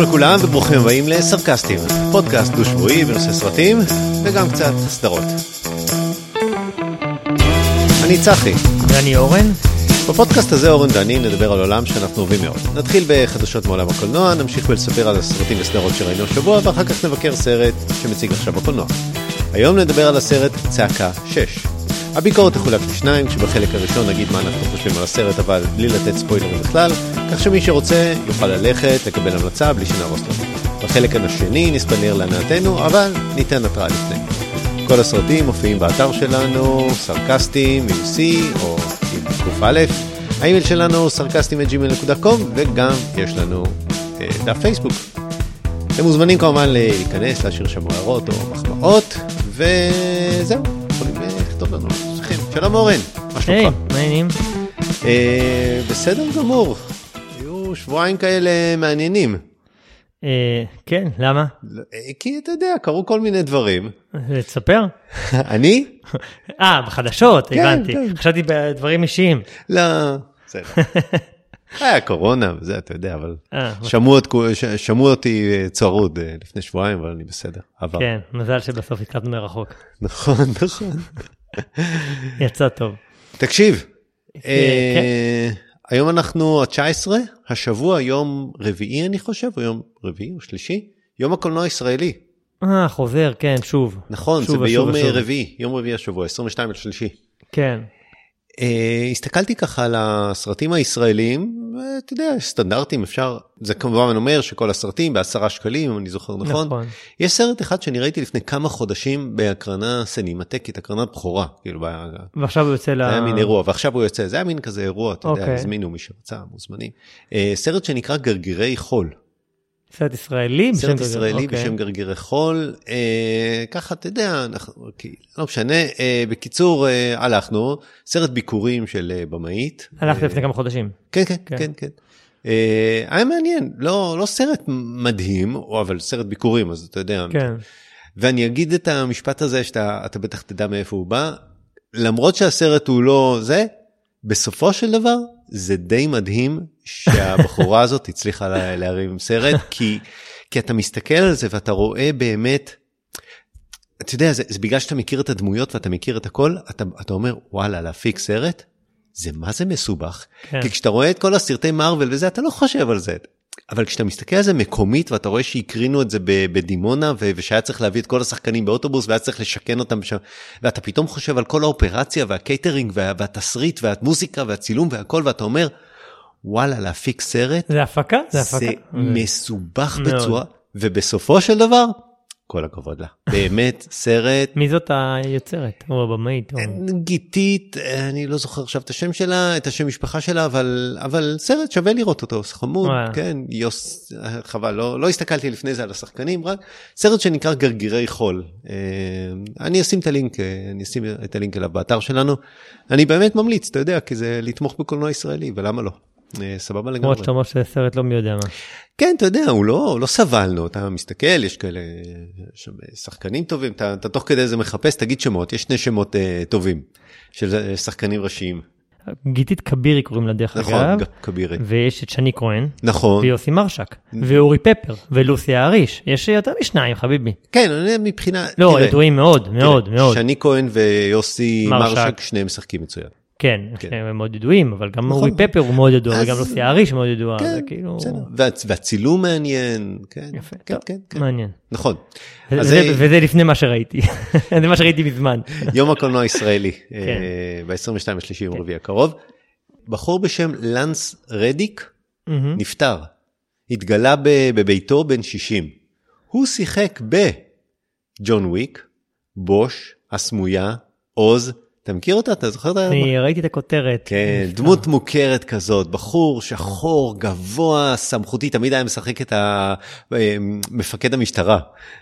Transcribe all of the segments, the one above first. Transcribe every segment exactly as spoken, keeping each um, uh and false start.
שלום לכולם וברוכים הבאים לסרקסטים, פודקאסט דו שבועי בנושא סרטים וגם קצת סדרות. אני צחי. ואני אורן. בפודקאסט הזה אורן ואני נדבר על עולם שאנחנו אוהבים מאוד. נתחיל בחדשות מעולם הקולנוע, נמשיך ולספר על הסרטים וסדרות שראינו השבוע, ואחר כך נבקר סרט שמציג עכשיו בקולנוע. היום נדבר על הסרט צעקה שש. הביקורת תחולק לשניים, כשבחלק הראשון נגיד מה אנחנו חושבים על הסרט, אבל בלי לתת ספוילרים בכלל, כך שמי שרוצה יוכל ללכת, לקבל המלצה בלי שנהרוס לו. בחלק השני נספנר להנאתנו, אבל ניתן התראה לפני. כל הסרטים מופיעים באתר שלנו, סרקסטים עם C או עם קוף א', האימייל שלנו סרקסטים את ג'ימייל נקודה קום, וגם יש לנו אה, דף פייסבוק. אתם מוזמנים כמובן להיכנס, להשאיר שם הערות או מחמאות, וזהו, יכולים לכתוב לנו. שלום אורן, מה שלומך? היי, מה העניינים? בסדר גמור, היו שבועיים כאלה מעניינים. כן, למה? כי אתה יודע, קרו כל מיני דברים. תספר? אני? אה, בחדשות, הבנתי. חשבתי בדברים אישיים. לא, בסדר. היה קורונה וזה, אתה יודע, אבל שמעו אותי צרוד לפני שבועיים, אבל אני בסדר. כן, מזל שבסוף התקדמנו מרחוק. נכון, נכון. יצא טוב. תקשיב, היום אנחנו ה-תשע עשרה, השבוע יום רביעי אני חושב, או יום רביעי או שלישי, יום הקולנוע הישראלי. אה, חוזר, כן, שוב. נכון, זה ביום רביעי, יום רביעי השבוע, עשרים ושתיים לשלישי. כן. הסתכלתי ככה על הסרטים הישראלים, ואתה יודע, סטנדרטים אפשר, זה כמובן אומר שכל הסרטים בעשרה שקלים, אם אני זוכר נכון. נכון. יש סרט אחד שאני ראיתי לפני כמה חודשים בהקרנה סינמטקית, הקרנת בחורה, כאילו, ועכשיו הוא יוצא ל... זה היה מין אירוע, ועכשיו הוא יוצא, זה היה מין כזה אירוע, אתה יודע, הזמינו מי שרצה, מוזמנים. סרט שנקרא גרגירי חול. סרט ישראלי? סרט ישראלי בשם גרגירי חול, ככה אתה יודע, לא משנה, בקיצור הלכנו, סרט ביקורים של במאית. הלכת לפני כמה חודשים. כן, כן, כן, כן. היה מעניין, לא סרט מדהים, אבל סרט ביקורים, אז אתה יודע. כן. ואני אגיד את המשפט הזה, שאתה בטח תדע מאיפה הוא בא, למרות שהסרט הוא לא זה, בסופו של דבר, זה די מדהים שהבחורה הזאת הצליחה להרים סרט, כי, כי אתה מסתכל על זה ואתה רואה באמת, אתה יודע, זה, זה בגלל שאתה מכיר את הדמויות ואתה מכיר את הכל, אתה, אתה אומר, וואלה, להפיק סרט, זה מה זה מסובך? כן. כי כשאתה רואה את כל הסרטי מרוול וזה, אתה לא חושב על זה. אבל כשאתה מסתכל על זה מקומית, ואתה רואה שהקרינו את זה בדימונה, ושהיה צריך להביא את כל השחקנים באוטובוס, והיה צריך לשכן אותם שם, ואתה פתאום חושב על כל האופרציה, והקייטרינג, והתסריט, והמוזיקה, והצילום, והכל, ואתה אומר, וואלה, להפיק סרט, זה הפקה? זה הפקה. זה מסובך בצורה, ובסופו של דבר, כל הכבוד לה. באמת, סרט... מי זאת היוצרת? או הבמאית? גיתית, אני לא זוכר עכשיו את השם שלה, את השם משפחה שלה, אבל, אבל סרט שווה לראות אותו, חמוד, כן, יוס, חבל, לא, לא הסתכלתי לפני זה על השחקנים, רק סרט שנקרא גרגירי חול. אני אשים את הלינק, אני אשים את הלינק אליו באתר שלנו. אני באמת ממליץ, אתה יודע, כי זה לתמוך בקולנוע ישראלי, ולמה לא? סבבה לגמרי. כמו שאתה אומר שסרט לא מי יודע מה. כן, אתה יודע, הוא לא, לא סבלנו, אתה מסתכל, יש כאלה שחקנים טובים, אתה, אתה תוך כדי זה מחפש, תגיד שמות, יש שני שמות uh, טובים של שחקנים ראשיים. גיתית כבירי קוראים לה דרך נכון, אגב. נכון, כבירי. ויש את שני כהן. נכון. ויוסי מרשק. ואורי פפר. ולוסי האריש. יש יותר משניים, חביבי. כן, מבחינה... לא, תראה, ידועים מאוד, מאוד, תראה, מאוד. שני כהן ויוסי מרשק, מרשק שניהם משחקים מצוין. כן, הם מאוד ידועים, אבל גם אורי פפר הוא מאוד ידוע, וגם לוסי האריש מאוד ידוע, זה כאילו... והצילום מעניין, כן, יפה, כן, כן. מעניין. נכון. וזה לפני מה שראיתי, זה מה שראיתי בזמן. יום הקולנוע הישראלי, ב-עשרים ושתיים לשלישי יום רביעי הקרוב, בחור בשם לנס רדיק נפטר, התגלה בביתו בן שישים. הוא שיחק בג'ון וויק, בוש, הסמויה, עוז, אתה מכיר אותה? אתה זוכר אותה? אני ראיתי את הכותרת. כן, דמות מוכרת כזאת, בחור שחור, גבוה, סמכותי, תמיד היה משחק את מפקד המשטרה.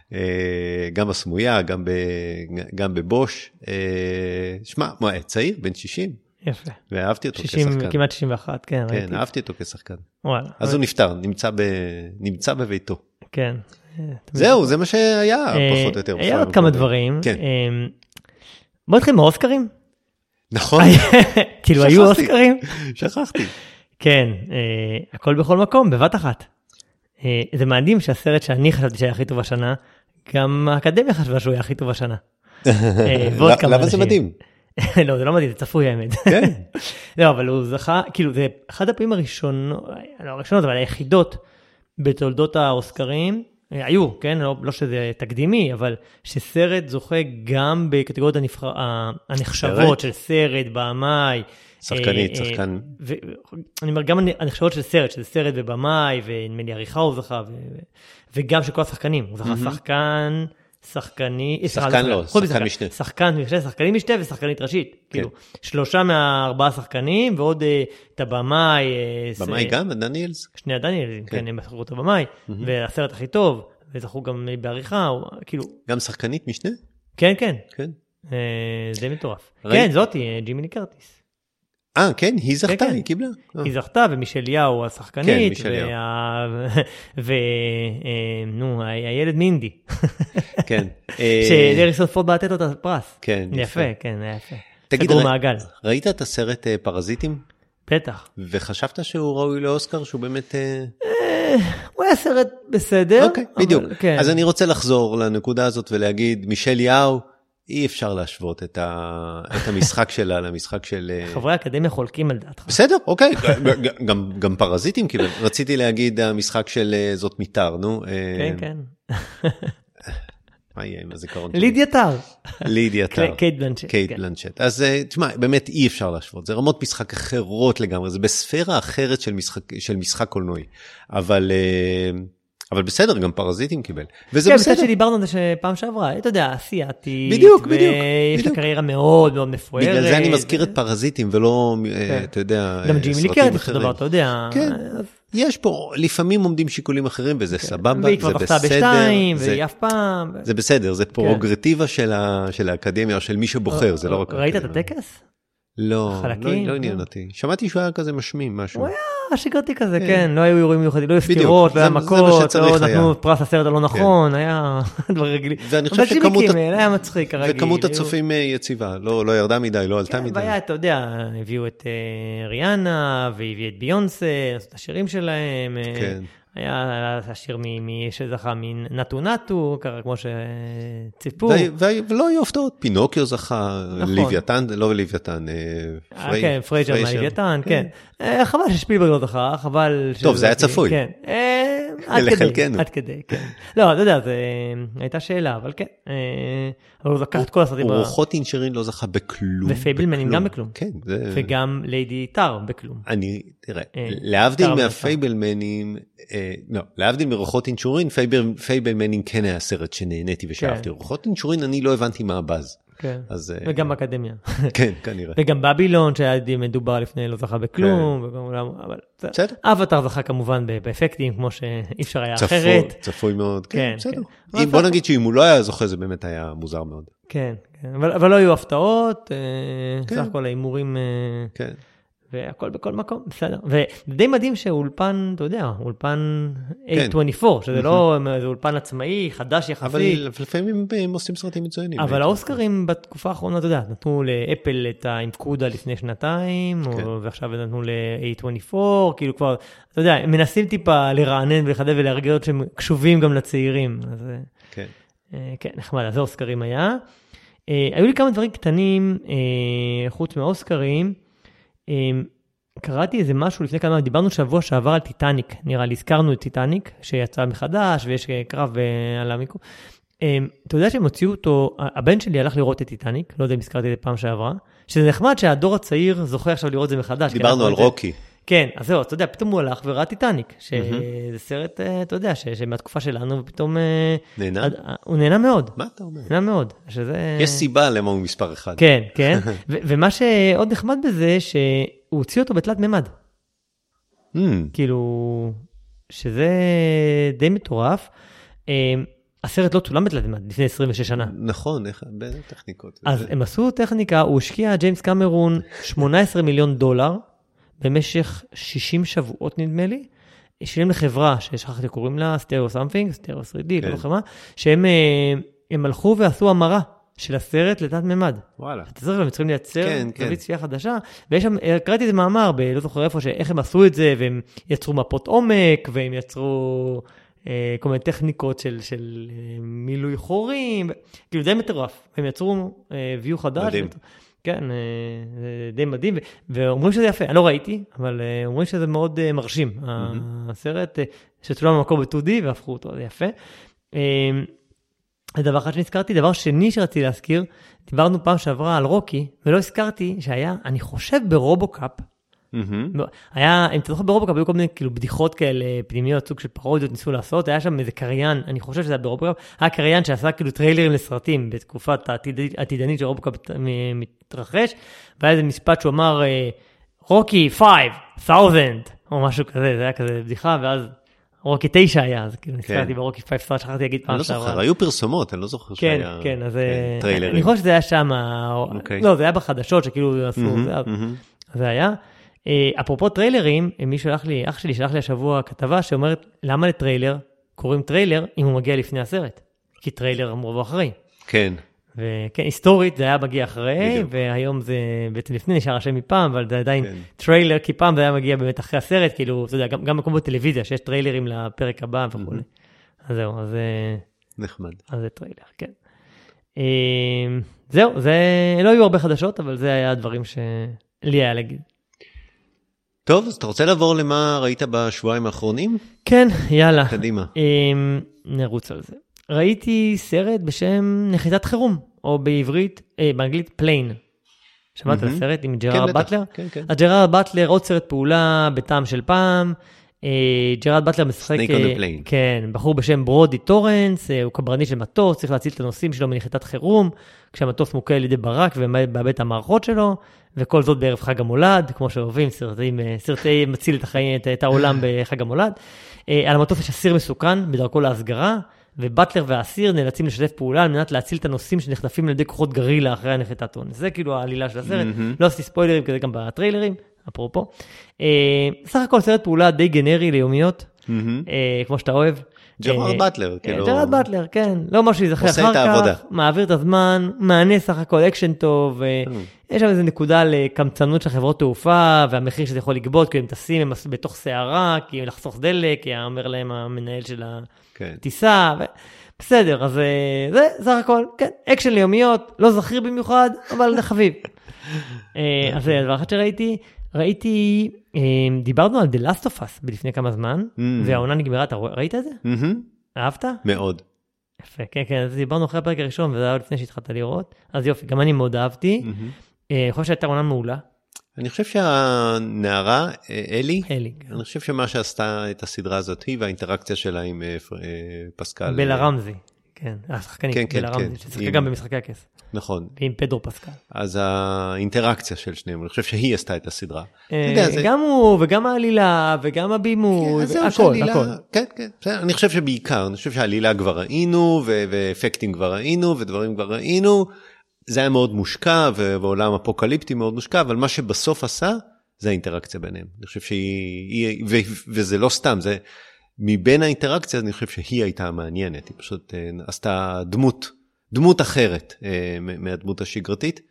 גם בסמויה, גם בבוש. שמע, צעיר, בן שישים. יפה. ואהבתי אותו כשחקן. כמעט שישים ואחת, כן. כן, אהבתי אותו כשחקן. וואלה. אז הוא נפטר, נמצא בביתו. כן. זהו, זה מה שהיה, פחות או יותר. היה עוד כמה דברים. כן. בוא נתחיל מהאוסקרים. נכון. כאילו היו אוסקרים? שכחתי. כן, הכל בכל מקום, בבת אחת. זה מדהים שהסרט שאני חשבתי שהיה הכי טוב השנה, גם האקדמיה חשבה שהוא היה הכי טוב השנה. למה זה מדהים? לא, זה לא מדהים, זה צפוי האמת. כן. לא, אבל הוא זכה, כאילו, זה אחד הפעמים הראשונות, לא הראשונות, אבל היחידות בתולדות האוסקרים, היו, כן, לא, לא שזה תקדימי, אבל שסרט זוכה גם בקטגוריות הנבחר, הנחשבות של סרט, במאי, שחקנית, שחקן. אני אומר, גם הנחשבות של סרט, שזה סרט ובמאי, ונדמה לי עריכה הוא זכה, וגם של כל השחקנים. הוא זכה שחקן, שחקני... שחקן לא, שחקן משנה. שחקן משנה, שחקנים משנה ושחקנית ראשית. כאילו, שלושה מהארבעה שחקנים, ועוד את הבמאי... במאי גם, הדניאלס? שני הדניאלס, כן, הם בחרו את הבמאי, והסרט הכי טוב, וזכו גם בעריכה, כאילו... גם שחקנית משנה? כן, כן. כן. זה מטורף. כן, זאתי, ג'ימי לי קרטיס. אה, כן, היא זכתה, היא קיבלה. היא זכתה, ומישליהו השחקנית, ונו, הילד מינדי. כן. שהריסון פורד בעטת אותה פרס. כן. יפה, כן, יפה. תגיד, ראית את הסרט פרזיטים? בטח. וחשבת שהוא ראוי לאוסקר, שהוא באמת... הוא היה סרט בסדר. אוקיי, בדיוק. אז אני רוצה לחזור לנקודה הזאת ולהגיד, מישליהו, אי אפשר להשוות את, ה... את המשחק שלה למשחק של... חברי האקדמיה חולקים על דעתך. בסדר, אוקיי. גם, גם פרזיטים, כי רציתי להגיד המשחק של זאת מיתר, נו. כן, כן. מה יהיה עם הזיכרון? לידיה טאר. לידיה טאר. קייט בלנצ'ט. קייט בלנצ'ט. אז תשמע, באמת אי אפשר להשוות. זה רמות משחק אחרות לגמרי. זה בספירה אחרת של משחק, של משחק קולנועי. אבל... אבל בסדר, גם פרזיטים קיבל. וזה בסדר. כן, שדיברנו על זה שפעם שעברה, אתה יודע, אסיאטית. בדיוק, בדיוק. ויש לה קריירה מאוד מאוד מפוארת. בגלל זה אני מזכיר את פרזיטים, ולא, אתה יודע, גם ג'ימי לי קרטיס, אותו דבר, אתה יודע. כן, יש פה, לפעמים עומדים שיקולים אחרים, וזה סבבה, והיא כבר פחתה בשתיים, והיא אף פעם. זה בסדר, זה פרוגרטיבה של האקדמיה, או של מי שבוחר, זה לא רק... ראית את הטקס? לא, לא עניין אותי. שמעתי שהוא היה כזה משמים משהו. הוא היה שגרתי כזה, כן, לא היו אירועים מיוחדים, לא היו ספירות, לא היה מכות, לא נתנו פרס הסרט הלא נכון, היה דבר רגילי. ואני חושב שכמות... היה מצחיק, הרגיל. וכמות הצופים יציבה, לא ירדה מדי, לא עלתה מדי. והיה, אתה יודע, הביאו את ריאנה, והביאו את ביונסה, את השירים שלהם. כן. היה השיר שזכה מנטו נטו, ככה כמו שציפו. ולא היו הפתעות, פינוקיו זכה, לוויתן, לא לוויתן, כן, פרייזר מהלוויתן, כן. חבל ששפילברג לא זכה, חבל... טוב, זה היה צפוי. כן, עד כדי, כן. לא, אתה יודע, זו הייתה שאלה, אבל כן. אבל הוא זכה את כל הסרטים. רוחות אינשרין לא זכה בכלום. ופייבלמנים גם בכלום. כן. וגם ליידי טאר בכלום. אני, תראה, להבדיל מהפייבלמנים, לא, להבדיל מרוחות אינשורין, פייבלמנים כן היה סרט שנהניתי ושאהבתי. רוחות אינשורין אני לא הבנתי מה הבאז. וגם באקדמיה. כן, כנראה. וגם בבילון שהיה מדובר לפני לא זכה בכלום. אבטר זכה כמובן באפקטים כמו שאי אפשר היה אחרת. צפוי מאוד, כן, בסדר. בוא נגיד שאם הוא לא היה זוכה זה באמת היה מוזר מאוד. כן, אבל לא היו הפתעות, סך הכל האימורים... כן. והכל בכל מקום, בסדר. ודי מדהים שאולפן, אתה יודע, אולפן איי עשרים וארבע, שזה לא, זה אולפן עצמאי, חדש יחסית. אבל לפעמים הם עושים סרטים מצוינים. אבל האוסקרים בתקופה האחרונה, אתה יודע, נתנו לאפל את האינפקודה לפני שנתיים, ועכשיו נתנו ל-איי עשרים וארבע, כאילו כבר, אתה יודע, הם מנסים טיפה לרענן ולחדד ולהרגיע אותם שהם קשובים גם לצעירים. כן. כן, נחמד, אז האוסקרים היה. היו לי כמה דברים קטנים, חוץ מהאוסקרים, קראתי איזה משהו לפני כמה, דיברנו שבוע שעבר על טיטניק, נראה לי, הזכרנו את טיטניק, שיצא מחדש, ויש קרב על המיקום. אתה יודע שהם הוציאו אותו, הבן שלי הלך לראות את טיטניק, לא יודע אם הזכרתי את זה פעם שעברה, שזה נחמד שהדור הצעיר זוכה עכשיו לראות את זה מחדש. דיברנו על רוקי. כן, אז זהו, אתה יודע, פתאום הוא הלך וראה טיטניק, שזה סרט, אתה יודע, שמהתקופה שלנו, ופתאום... נהנה? הוא נהנה מאוד. מה אתה אומר? נהנה מאוד. יש סיבה למה הוא מספר אחד. כן, כן. ומה שעוד נחמד בזה, שהוא הוציא אותו בתלת ממד. כאילו, שזה די מטורף. הסרט לא צולם בתלת ממד, לפני עשרים ושש שנה. נכון, בטכניקות. אז הם עשו טכניקה, הוא השקיע, ג'יימס קמרון, שמונה עשרה מיליון דולר, במשך שישים שבועות נדמה לי, שילם לחברה, ששכחתי קוראים לה, סטריאו סמפינג, סטריאו תרי די, לא זוכר מה, שהם הם הלכו ועשו המרה של הסרט לתת ממד. וואלה. אתה צריך, הם צריכים לייצר כן, כן. זווית צפייה חדשה, ויש שם, קראתי איזה מאמר, ב- לא זוכר איפה, שאיך הם עשו את זה, והם יצרו מפות עומק, והם יצרו אה, כל מיני טכניקות של, של אה, מילוי חורים, כאילו די מטורף. הם יצרו אה, ויו חדש. מדהים. ות... כן, אה, זה די מדהים, ו- ואומרים שזה יפה, אני לא ראיתי, אבל אה, אומרים שזה מאוד אה, מרשים. Mm-hmm. הסרט אה, שצולם במקור ב-טו די, והפכו אותו, זה יפה. אה, הדבר אחד שנזכרתי, דבר שני שרציתי להזכיר, דיברנו פעם שעברה על רוקי, ולא הזכרתי שהיה, אני חושב ברובוקאפ, Mm-hmm. היה, אם אתה זוכר ברובוקאפ, היו כל מיני כאילו בדיחות כאלה פנימיות, סוג של פרודיות ניסו לעשות, היה שם איזה קריין, אני חושב שזה היה ברובוקאפ, היה קריין שעשה כאילו טריילרים לסרטים, בתקופת העתידנית של רובוקאפ מתרחש, והיה איזה משפט שהוא אמר, רוקי חמש אלף, או משהו כזה, זה היה כזה בדיחה, ואז רוקי תשע היה, אז כאילו נזכרתי ברוקי חמש סטאר, שכחתי להגיד פעם שעברה. אני לא זוכר, היו פרסומות, אני לא זוכר שהיה כן, כן, אז טריילרים. אני חושב שזה היה שם, לא, זה היה בחדשות שכאילו עשו, זה היה. אפרופו טריילרים, מי שלח לי, אח שלי שלח לי השבוע כתבה שאומרת, למה לטריילר קוראים טריילר אם הוא מגיע לפני הסרט? כי טריילר אמרו אחרי. כן. וכן, היסטורית זה היה מגיע אחרי, והיום זה בעצם לפני, נשאר השם מפעם, אבל זה עדיין טריילר, כי פעם זה היה מגיע באמת אחרי הסרט, כאילו, אתה יודע, גם מקום בטלוויזיה, שיש טריילרים לפרק הבא וכו'. אז זהו, אז... נחמד. אז זה טריילר, כן. זהו, זה... לא היו הרבה חדשות, אבל זה היה הדברים שלי היה להגיד. טוב, אז אתה רוצה לעבור למה ראית בשבועיים האחרונים? כן, יאללה. קדימה. נרוץ על זה. ראיתי סרט בשם נחיתת חירום, או בעברית, אה, באנגלית פליין. שמעת על הסרט עם ג'רארד באטלר? כן, כן. אז ג'רארד באטלר, עוד סרט פעולה בטעם של פעם. ג'רארד באטלר משחק... Snake on the Plane. כן, בחור בשם ברודי טורנס, הוא קברניט של מטוס, צריך להציל את הנוסעים שלו מנחיתת חירום, כשהמטוס מוכה על ידי ברק ומאבד את המערכות שלו, וכל זאת בערב חג המולד, כמו שאוהבים, סרטי, סרטי מציל את, החיים, את, את העולם בחג המולד. על המטוס יש אסיר מסוכן בדרכו להסגרה, ובטלר והאסיר נאלצים לשתף פעולה על מנת להציל את הנוסעים שנחטפים על ידי כוחות גרילה אחרי הנחיתת אונס. זה כאילו העלילה של הסרט. Mm-hmm. לא עשיתי ספוילרים כזה גם בטריילרים, אפרופו. אה, סך הכל סרט פעולה די גנרי ליומיות, mm-hmm. אה, כמו שאתה אוהב. ג'רארד באטלר, כאילו... ג'רארד באטלר, כן. לא משהו שיזכר אחר כך, מעביר את הזמן, מענה סך הכל אקשן טוב, יש שם איזו נקודה לקמצנות של חברות תעופה, והמחיר שזה יכול לגבות, כי הם טסים הם בתוך שערה, כי הם לחסוך דלק, כי אומר להם המנהל של הטיסה, בסדר, אז זה סך הכל, כן, אקשן ליומיות, לא זכיר במיוחד, אבל זה חביב. אז זה הדבר אחד שראיתי, ראיתי, דיברנו על The Last of Us בלפני כמה זמן, והעונה נגמרה, אתה ראית את זה? אהבת? מאוד. יפה, כן, כן, אז דיברנו אחרי הפרק הראשון, וזה היה לפני שהתחלת לראות, אז יופי, גם אני מאוד אהבתי, אני חושב שהייתה עונה מעולה. אני חושב שהנערה, אלי, אלי, אני חושב שמה שעשתה את הסדרה הזאת, היא והאינטראקציה שלה עם פסקל. בלה רמזי. כן, השחקנית, בלה רמזי, ששחקה גם במשחקי הכס. נכון. ועם פדרו פסקל. אז האינטראקציה של שניהם, אני חושב שהיא עשתה את הסדרה. גם הוא, וגם העלילה, וגם הבימוי, הכל, הכל. כן, כן, אני חושב שבעיקר, אני חושב שהעלילה כבר ראינו, ואפקטים כבר ראינו, ודברים כבר ראינו, זה היה מאוד מושקע, ובעולם אפוקליפטי מאוד מושקע, אבל מה שבסוף עשה, זה האינטראקציה ביניהם. אני חושב שהיא, וזה לא סתם, זה... מבין האינטראקציה, אני חושב שהיא הייתה המעניינת, היא פשוט עשתה דמות, דמות אחרת מהדמות השגרתית.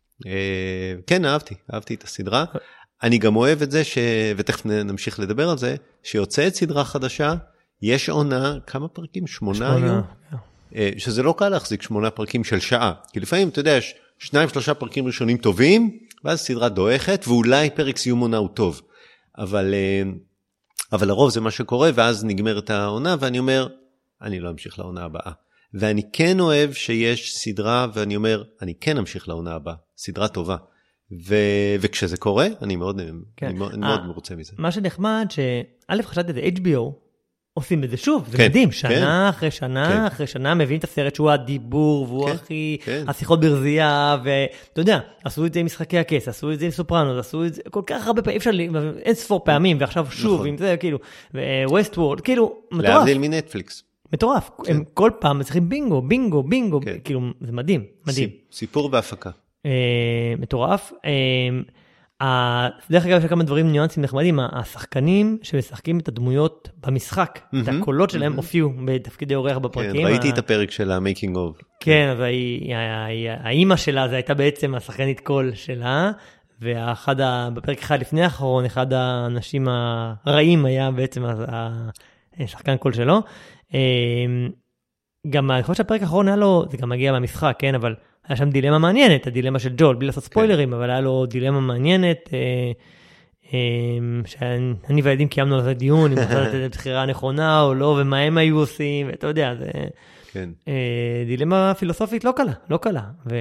כן, אהבתי, אהבתי את הסדרה. אני גם אוהב את זה, ש... ותכף נמשיך לדבר על זה, שיוצאת סדרה חדשה, יש עונה, כמה פרקים? שמונה היום? שזה לא קל להחזיק שמונה פרקים של שעה, כי לפעמים, אתה יודע, יש שניים, שלושה פרקים ראשונים טובים, ואז סדרה דועכת, ואולי פרק סיום עונה הוא טוב. אבל... אבל לרוב זה מה שקורה, ואז נגמרת העונה, ואני אומר, אני לא אמשיך לעונה הבאה. ואני כן אוהב שיש סדרה, ואני אומר, אני כן אמשיך לעונה הבאה. סדרה טובה. ו... וכשזה קורה, אני מאוד, כן. אני מאוד, 아, מאוד מרוצה מזה. מה שנחמד, שא' חשבתי את זה, אייץ' בי או, עושים את זה שוב, זה כן, מדהים, שנה כן. אחרי שנה כן. אחרי שנה, מביאים את הסרט שהוא הדיבור, והוא כן, הכי, כן. השיחות ברזייה, ואתה יודע, עשו את זה עם משחקי הכס, עשו את זה עם סופרנוס, עשו את זה כל כך הרבה פעמים, אפשר אין ספור פעמים, ועכשיו שוב, נכון. עם זה, כאילו, ווסט וורד, כאילו, מטורף. להבדיל מנטפליקס. מטורף, כן. הם כל פעם צריכים בינגו, בינגו, בינגו, כן. כאילו, זה מדהים, מדהים. סיפור בהפקה. אה, מטורף. אה, דרך אגב, יש כמה דברים ניואנסים נחמדים, השחקנים שמשחקים את הדמויות במשחק, את הקולות שלהם הופיעו בתפקידי אורח בפרקים. ראיתי את הפרק של ה-Making of. כן, אז האימא שלה, זה הייתה בעצם השחקנית קול שלה, ובפרק אחד לפני האחרון, אחד האנשים הרעים היה בעצם השחקן קול שלו. גם אני חושב שהפרק האחרון היה לו, זה גם מגיע מהמשחק, כן, אבל היה שם דילמה מעניינת, הדילמה של ג'ול, בלי לעשות ספוילרים, אבל היה לו דילמה מעניינת, שאני והילדים קיימנו על זה דיון, אם אתה לתת את הבחירה הנכונה או לא, ומה הם היו עושים, ואתה יודע, זה דילמה פילוסופית לא קלה, לא קלה.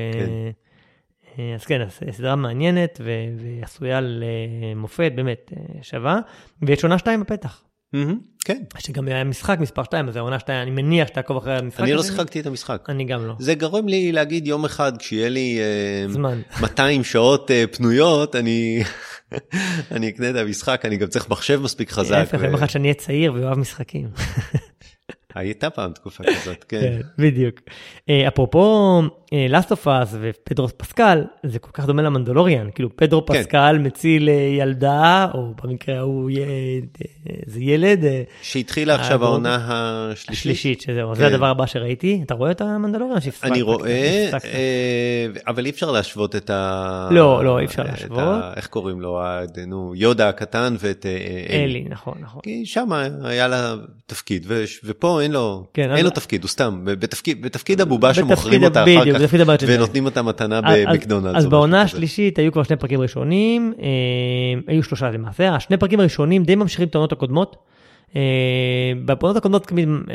אז כן, סדרה מעניינת, ועשויה למופת, באמת שווה, ויש עונה שתיים בפתח. כן. שגם היה משחק מספר שתיים, אז העונה שתיים, אני מניח שתעקוב אחרי המשחק. אני לא שיחקתי את המשחק. אני גם לא. זה גרום לי להגיד יום אחד, כשיהיה לי מאתיים שעות פנויות, אני אקנה את המשחק, אני גם צריך מחשב מספיק חזק. להפך, יום אחד שאני אהיה צעיר ואוהב משחקים. הייתה פעם תקופה כזאת, כן. בדיוק. אפרופו Last of Us ופדרו פסקל, זה כל כך דומה למנדלוריאן, כאילו פדרו פסקל מציל ילדה, או במקרה הוא זה ילד. שהתחילה עכשיו העונה השלישית. השלישית, שזהו, זה הדבר הבא שראיתי. אתה רואה את המנדלוריאן? אני רואה, אבל אי אפשר להשוות את ה... לא, לא, אי אפשר להשוות. איך קוראים לו? יודה הקטן ואת אלי. אלי, נכון, נכון. כי שם היה לה תפקיד, ופה אין לו, אין לו תפקיד, הוא סתם, בתפקיד הבובה שמוכרים אותה אחר כך, ונותנים אותה מתנה במקדונלדס. אז בעונה השלישית היו כבר שני פרקים ראשונים, היו שלושה למעשה, השני פרקים הראשונים די ממשיכים את העונות הקודמות, בפעונות הקודמות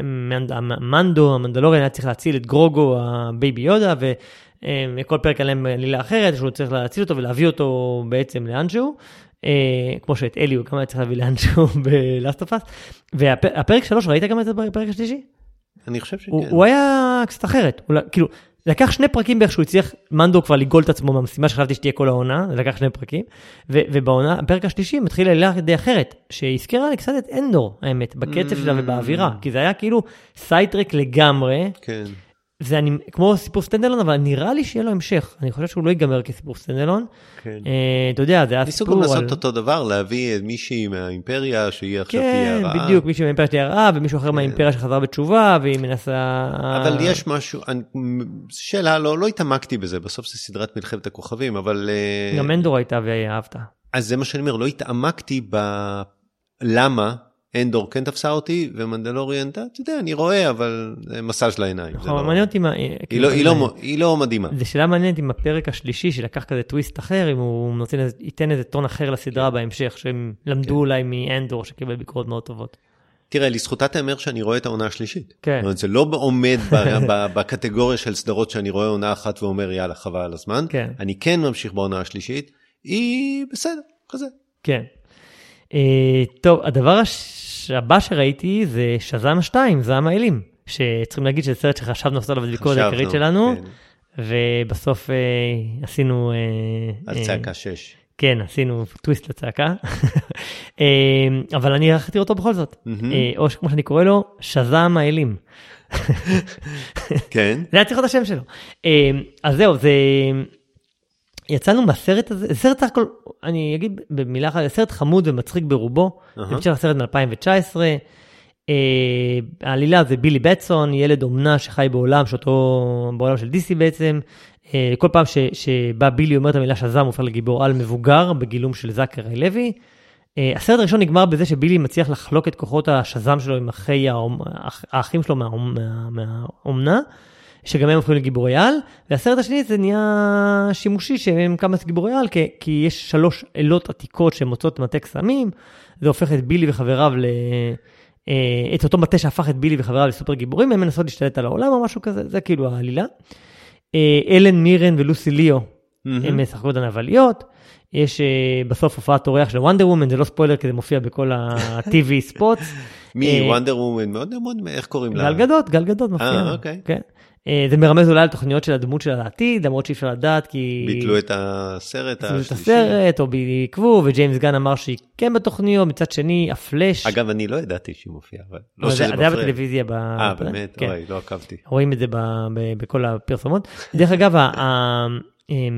מנדו, המנדלוריאן היה צריך להציל את גרוגו, הבייבי יודה, וכל פרק עליהם לילה אחרת, שהוא צריך להציל אותו ולהביא אותו בעצם לאנשהו, כמו שאת אלי הוא גם היה צריך להביא לאנשהו ב-Last of Us, והפרק שלוש, ראית גם את זה בפרק השלישי? אני חושב שכן. הוא היה קצת אחרת, כאילו, לקח שני פרקים בערך שהוא הצליח, מנדו כבר לגול את עצמו מהמשימה שחשבתי שתהיה כל העונה, זה לקח שני פרקים, ובעונה, הפרק השלישי מתחיל לילה די אחרת, שהזכירה לי קצת את אנדור, האמת, בקצב שלה ובאווירה, כי זה היה כאילו סייטרק לגמרי, כן. זה אני, כמו סיפור סטנדלון, אבל נראה לי שיהיה לו המשך. אני חושב שהוא לא ייגמר כסיפור סטנדלון. כן. אה, אתה יודע, זה היה סיפור על... ניסו גם לעשות אותו דבר, להביא מישהי מהאימפריה, שהיא עכשיו תהיה רעה. כן, בדיוק, מישהי מהאימפריה שתהיה רעה, ומישהו אחר מהאימפריה שחזר בתשובה, והיא מנסה... אבל יש משהו, שאלה, לא, לא התעמקתי בזה, בסוף זה סדרת מלחמת הכוכבים, אבל... גם אנדור הייתה ואהבת. אז זה מה שאני אומר, לא התעמקתי ב... למה אנדור כן תפסה אותי, ומנדלוריאן, אתה יודע, אני רואה, אבל זה מסאז' לעיניים. מעניין אותי מה... היא לא מדהימה. זה שאלה מעניינת עם הפרק השלישי, שלקח כזה טוויסט אחר, אם הוא ייתן איזה טון אחר לסדרה בהמשך, שהם למדו אולי מאנדור, שקיבל ביקורות מאוד טובות. תראה, לזכותה תאמר שאני רואה את העונה השלישית. כן. זה לא עומד בקטגוריה של סדרות שאני רואה עונה אחת ואומר, יאללה, חבל על הזמן. אני כן ממשיך בעונה השלישית. היא בסדר, כזה. כן. טוב, הדבר הבא שראיתי זה שזם שתיים, זעם האלים, שצריכים להגיד שזה סרט שחשבנו עשו עליו בביקורת העיקרית שלנו, ובסוף עשינו... על צעקה שש. כן, עשינו טוויסט לצעקה, אבל אני הלכתי אותו בכל זאת, או כמו שאני קורא לו, שזם האלים. כן. זה היה צריך להיות השם שלו. אז זהו, זה... יצאנו מהסרט הזה, זה סרט סך הכל, אני אגיד במילה אחת, זה סרט חמוד ומצחיק ברובו, זה משל הסרט מ-אלפיים תשע עשרה, העלילה זה בילי בטסון, ילד אומנה שחי בעולם, שאותו, בעולם של די סי בעצם, כל פעם ש, שבא בילי אומר את המילה שזם, הוא הופך לגיבור על מבוגר, בגילום של זכרי לוי. הסרט הראשון נגמר בזה שבילי מצליח לחלוק את כוחות השזם שלו עם אחי האחים שלו מהאומנה, שגם הם הופכים לגיבורי על, והסרט השני זה נהיה שימושי שהם כמה גיבורי על, כי, כי יש שלוש אלות עתיקות שמוצאות מטה קסמים, זה הופך את בילי וחבריו, ל... את אותו מטה שהפך את בילי וחבריו לסופר גיבורים, הם מנסות להשתלט על העולם או משהו כזה, זה כאילו העלילה. אלן מירן ולוסי ליאו, mm-hmm. הם משחקות הנבליות, יש בסוף הופעת אורח של וונדר וומן, זה לא ספוילר כי זה מופיע בכל ה-טי וי ספוטס. מי? וונדר וומן? וונדר וומן, איך קוראים לה? גל גדות, גל גדות מופיע. אה, אוקיי. כן. זה מרמז אולי על תוכניות של הדמות של העתיד, למרות שאי אפשר לדעת כי... ביטלו את הסרט השלישי. ביטלו את הסרט, או בעקבו, וג'יימס גן אמר שהיא כן בתוכניות, מצד שני, הפלש. אגב, אני לא ידעתי שהיא מופיעה, אבל לא שזה מפריע. זה היה בטלוויזיה. אה, באמת? אוי, לא עקבתי. רואים את זה בכל הפרסומות. דרך אגב,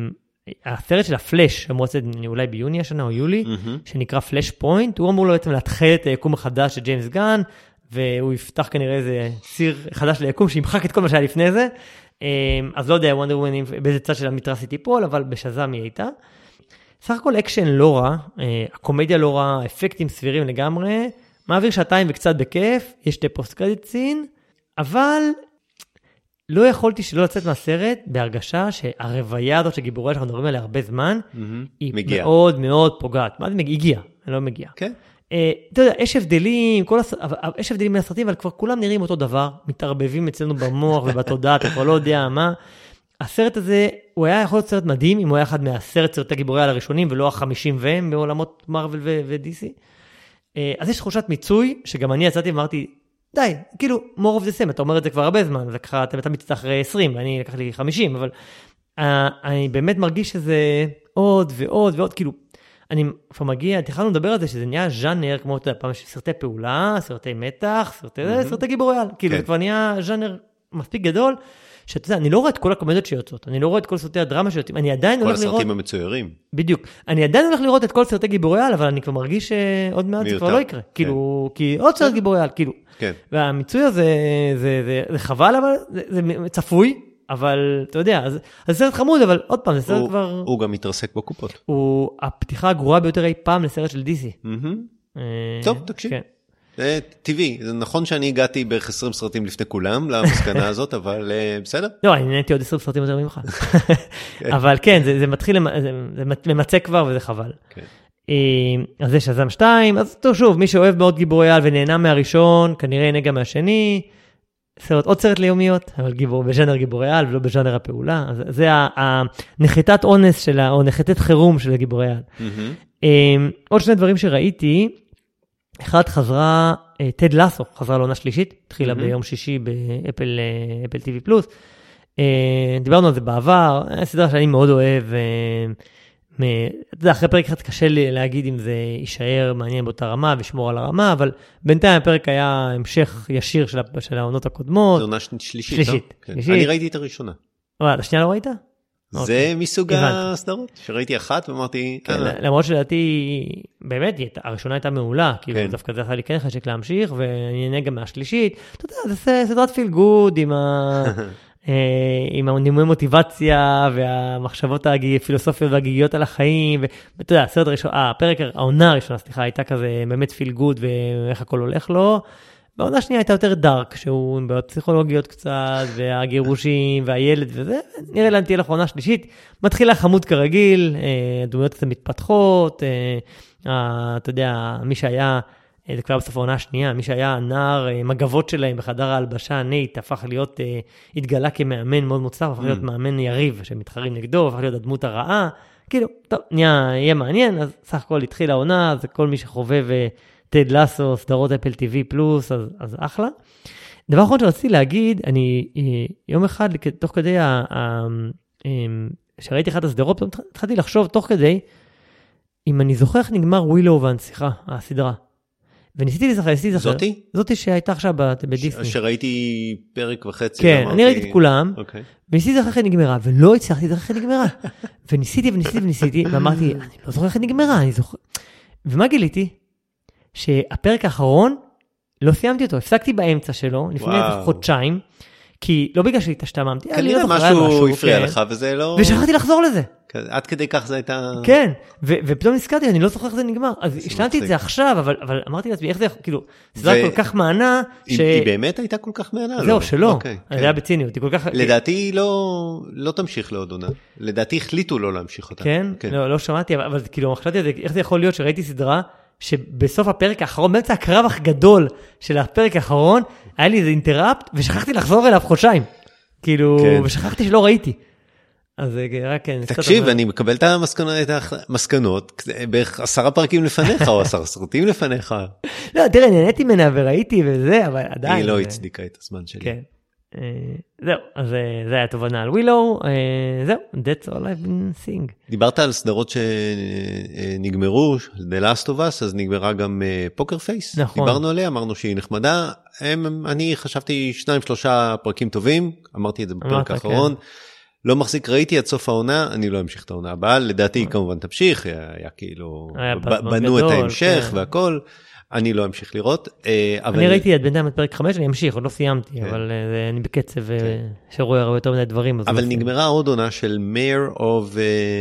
הסרט של הפלאש, אמור לצאת אולי ביוני השנה או יולי, שנקרא פלאש פוינט, הוא אמור לו בעצם להתחיל את היקום החדש של ג'יימס גן, והוא יפתח כנראה איזה ציר חדש ליקום, שימחק את כל מה שהיה לפני זה, אז לא יודע, וונדר וומן באיזה צד של המתרס היא תיפול, אבל בשזם היא הייתה. סך הכל אקשן לא רע, הקומדיה לא רע, אפקטים סבירים לגמרי, מעביר שעתיים וקצת בכיף, יש שתי פוסט קרדיט סין, אבל לא יכולתי שלא לצאת מהסרט בהרגשה שהרוויה הזאת של גיבורי שאנחנו מדברים עליה הרבה זמן, היא מאוד מאוד פוגעת. מה זה מגיע? הגיע, אני לא מגיע. כן. אתה יודע, יש הבדלים, יש הבדלים מהסרטים, אבל כבר כולם נראים אותו דבר, מתערבבים אצלנו במוח ובתודעה, אתה כבר לא יודע מה. הסרט הזה, הוא היה יכול להיות סרט מדהים, אם הוא היה אחד מהסרט סרטי גיבורי על הראשונים, ולא החמישים והם בעולמות מרוול ו-די סי. אז יש תחושת מיצוי, שגם אני יצאתי ואמרתי, די, כאילו, more of the same, אתה אומר את זה כבר הרבה זמן, וככה אתה מצטרך אחרי עשרים, ואני לקח לי חמישים, אבל uh, אני באמת מרגיש שזה עוד ועוד ועוד, כאילו, אני כבר מגיע, התחלנו לדבר על זה, שזה נהיה ז'אנר, כמו אתה יודע, פעם יש סרטי פעולה, סרטי מתח, סרטי, mm-hmm. סרטי גיבורי על, כאילו, זה כבר נהיה ז'אנר מספיק גדול, שאתה יודע, אני לא רואה את כל הקומדיות שיוצאות, אני לא רואה את כל סרטי הדרמה שיוצאים, אני עדיין הולך לראות... כל הסרטים המצוירים. בדיוק. אני עדיין הולך לראות את כל סרטי גיבורי על, אבל אני כבר מרגיש שעוד מעט זה כבר לא יקרה. כאילו, כי עוד סרט גיבורי על, כאילו. כן. והמיצוי הזה, זה חבל, אבל זה צפוי, אבל אתה יודע, אז זה סרט חמוד, אבל עוד פעם, זה סרט כבר... הוא גם מתרסק בקופות. הוא הפתיחה הגרועה ביותר אי פעם לסרט של די סי. טוב, תקשיב. זה טבעי, זה נכון שאני הגעתי בערך עשרים סרטים לפני כולם, למסקנה הזאת, אבל בסדר. לא, אני נהניתי עוד עשרים סרטים יותר ממך. אבל כן, זה מתחיל, זה ממצא כבר וזה חבל. אז זה שזם שתיים, אז טוב שוב, מי שאוהב מאוד גיבורי על ונהנה מהראשון, כנראה ייהנה גם מהשני, סרט, עוד סרט ליומיות, אבל גיבור, בז'אנר גיבורי על ולא בז'אנר הפעולה, אז זה הנחיתת אונס שלה, או נחיתת חירום של הגיבורי על. עוד שני דברים שראיתי, אחד חזרה, טד לסו, חזרה לעונה שלישית, התחילה ביום שישי באפל אפל טי וי פלוס. דיברנו על זה בעבר, סדרה שאני מאוד אוהב, אתה יודע, אחרי פרק אחד קשה לי להגיד אם זה יישאר מעניין באותה רמה ושמור על הרמה, אבל בינתיים הפרק היה המשך ישיר של העונות הקודמות. זו עונה שלישית, לא? אני ראיתי את הראשונה. השנייה לא ראית? זה מסוג הסדרות, שראיתי אחת ואמרתי... למרות שלדעתי, באמת, הראשונה הייתה מעולה, כאילו דווקא זה עשה לי כן חשק להמשיך, ואני אענה גם מהשלישית. אתה יודע, זה סדרת פיל גוד עם הנימוי מוטיבציה, והמחשבות הפילוסופיות והגיגיות על החיים, ואתה יודע, הסרט הראשון, הפרק, העונה הראשונה, סליחה, הייתה כזה באמת פיל גוד, ואיך הכל הולך לו. בעונה השנייה הייתה יותר דארק, שהוא עם בעיות פסיכולוגיות קצת, והגירושים, והילד וזה, נראה לאן תהיה לך עונה שלישית, מתחילה חמוד כרגיל, דמויות קצת מתפתחות, אתה יודע, מי שהיה, זה כבר בסוף העונה השנייה, מי שהיה הנער, מגבות שלהם בחדר ההלבשה, נייט, הפך להיות, התגלה כמאמן מאוד מוצלח, הפך להיות מאמן יריב, שמתחרים נגדו, הפך להיות הדמות הרעה, כאילו, טוב, יהיה מעניין, אז סך הכל התחילה העונה, אז כל מי שחובב טד לסו, סדרות אפל טי וי פלוס, אז, אז אחלה. דבר אחרון שרציתי להגיד, אני יום אחד, תוך כדי, ה, ה, שראיתי אחת הסדרות, התחלתי לחשוב תוך כדי, אם אני זוכר איך נגמר ווילו והנסיכה, הסדרה. וניסיתי לזכר, ניסיתי לזכר. זאתי? זאתי שהייתה עכשיו בדיסני. שראיתי פרק וחצי. כן, אני ראיתי את כולם, וניסיתי לזכר איך היא נגמרה, ולא הצלחתי לזכר איך היא נגמרה. וניסיתי וניסיתי וניסיתי, ואמרתי, אני לא זוכר איך היא נגמרה, אני זוכר. ומה גיליתי? שהפרק האחרון, לא סיימתי אותו, הפסקתי באמצע שלו, לפני חודשיים, כי לא בגלל שהתשתעממתי, כנראה משהו הפריע לך, וזה לא... ושכחתי לחזור לזה. עד כדי כך זה הייתה... כן, ופתאום נזכרתי, אני לא זוכר איך זה נגמר, אז השלמתי את זה עכשיו, אבל אמרתי לעצמי, איך זה, כאילו, זה היה כל כך מענה, היא באמת הייתה כל כך מענה? זהו, שלא, זה היה בציניות, היא כל כך... לדעתי לא תמשיך לעוד עונה, לדעתי החליטו לא להמשיך אותה. כן, לא שמעתי, אבל כאילו, חשבתי על זה, איך זה יכול להיות שראיתי סדרה שבסוף הפרק האחרון, באמצע הקרב הגדול של הפרק האחרון, היה לי איזה אינטראפט, ושכחתי לחזור אליו חודשיים. כאילו, ושכחתי שלא ראיתי. אז רק... תקשיב, אני מקבל את המסקנות, בערך עשרה פרקים לפניך, או עשרה סרטים לפניך. לא, תראה, נהניתי ממנה וראיתי וזה, אבל עדיין... היא לא הצדיקה את הזמן שלי. כן. זהו, אז זה היה תובנה על ווילו, זהו, that's all I've been seeing. דיברת על סדרות שנגמרו, The Last of Us, אז נגמרה גם פוקר פייס. נכון. דיברנו עליה, אמרנו שהיא נחמדה, אני חשבתי שניים שלושה פרקים טובים, אמרתי את זה בפרק האחרון, לא מחזיק, ראיתי עד סוף העונה, אני לא אמשיך את העונה הבאה, לדעתי כמובן תמשיך, היה כאילו, בנו את ההמשך והכל, אני לא אמשיך לראות. אני ראיתי עד בינתיים את פרק חמש, אני אמשיך, עוד לא סיימתי, אבל אני בקצב שרואה הרבה יותר מדי דברים. אבל נגמרה עוד עונה של Mayor of...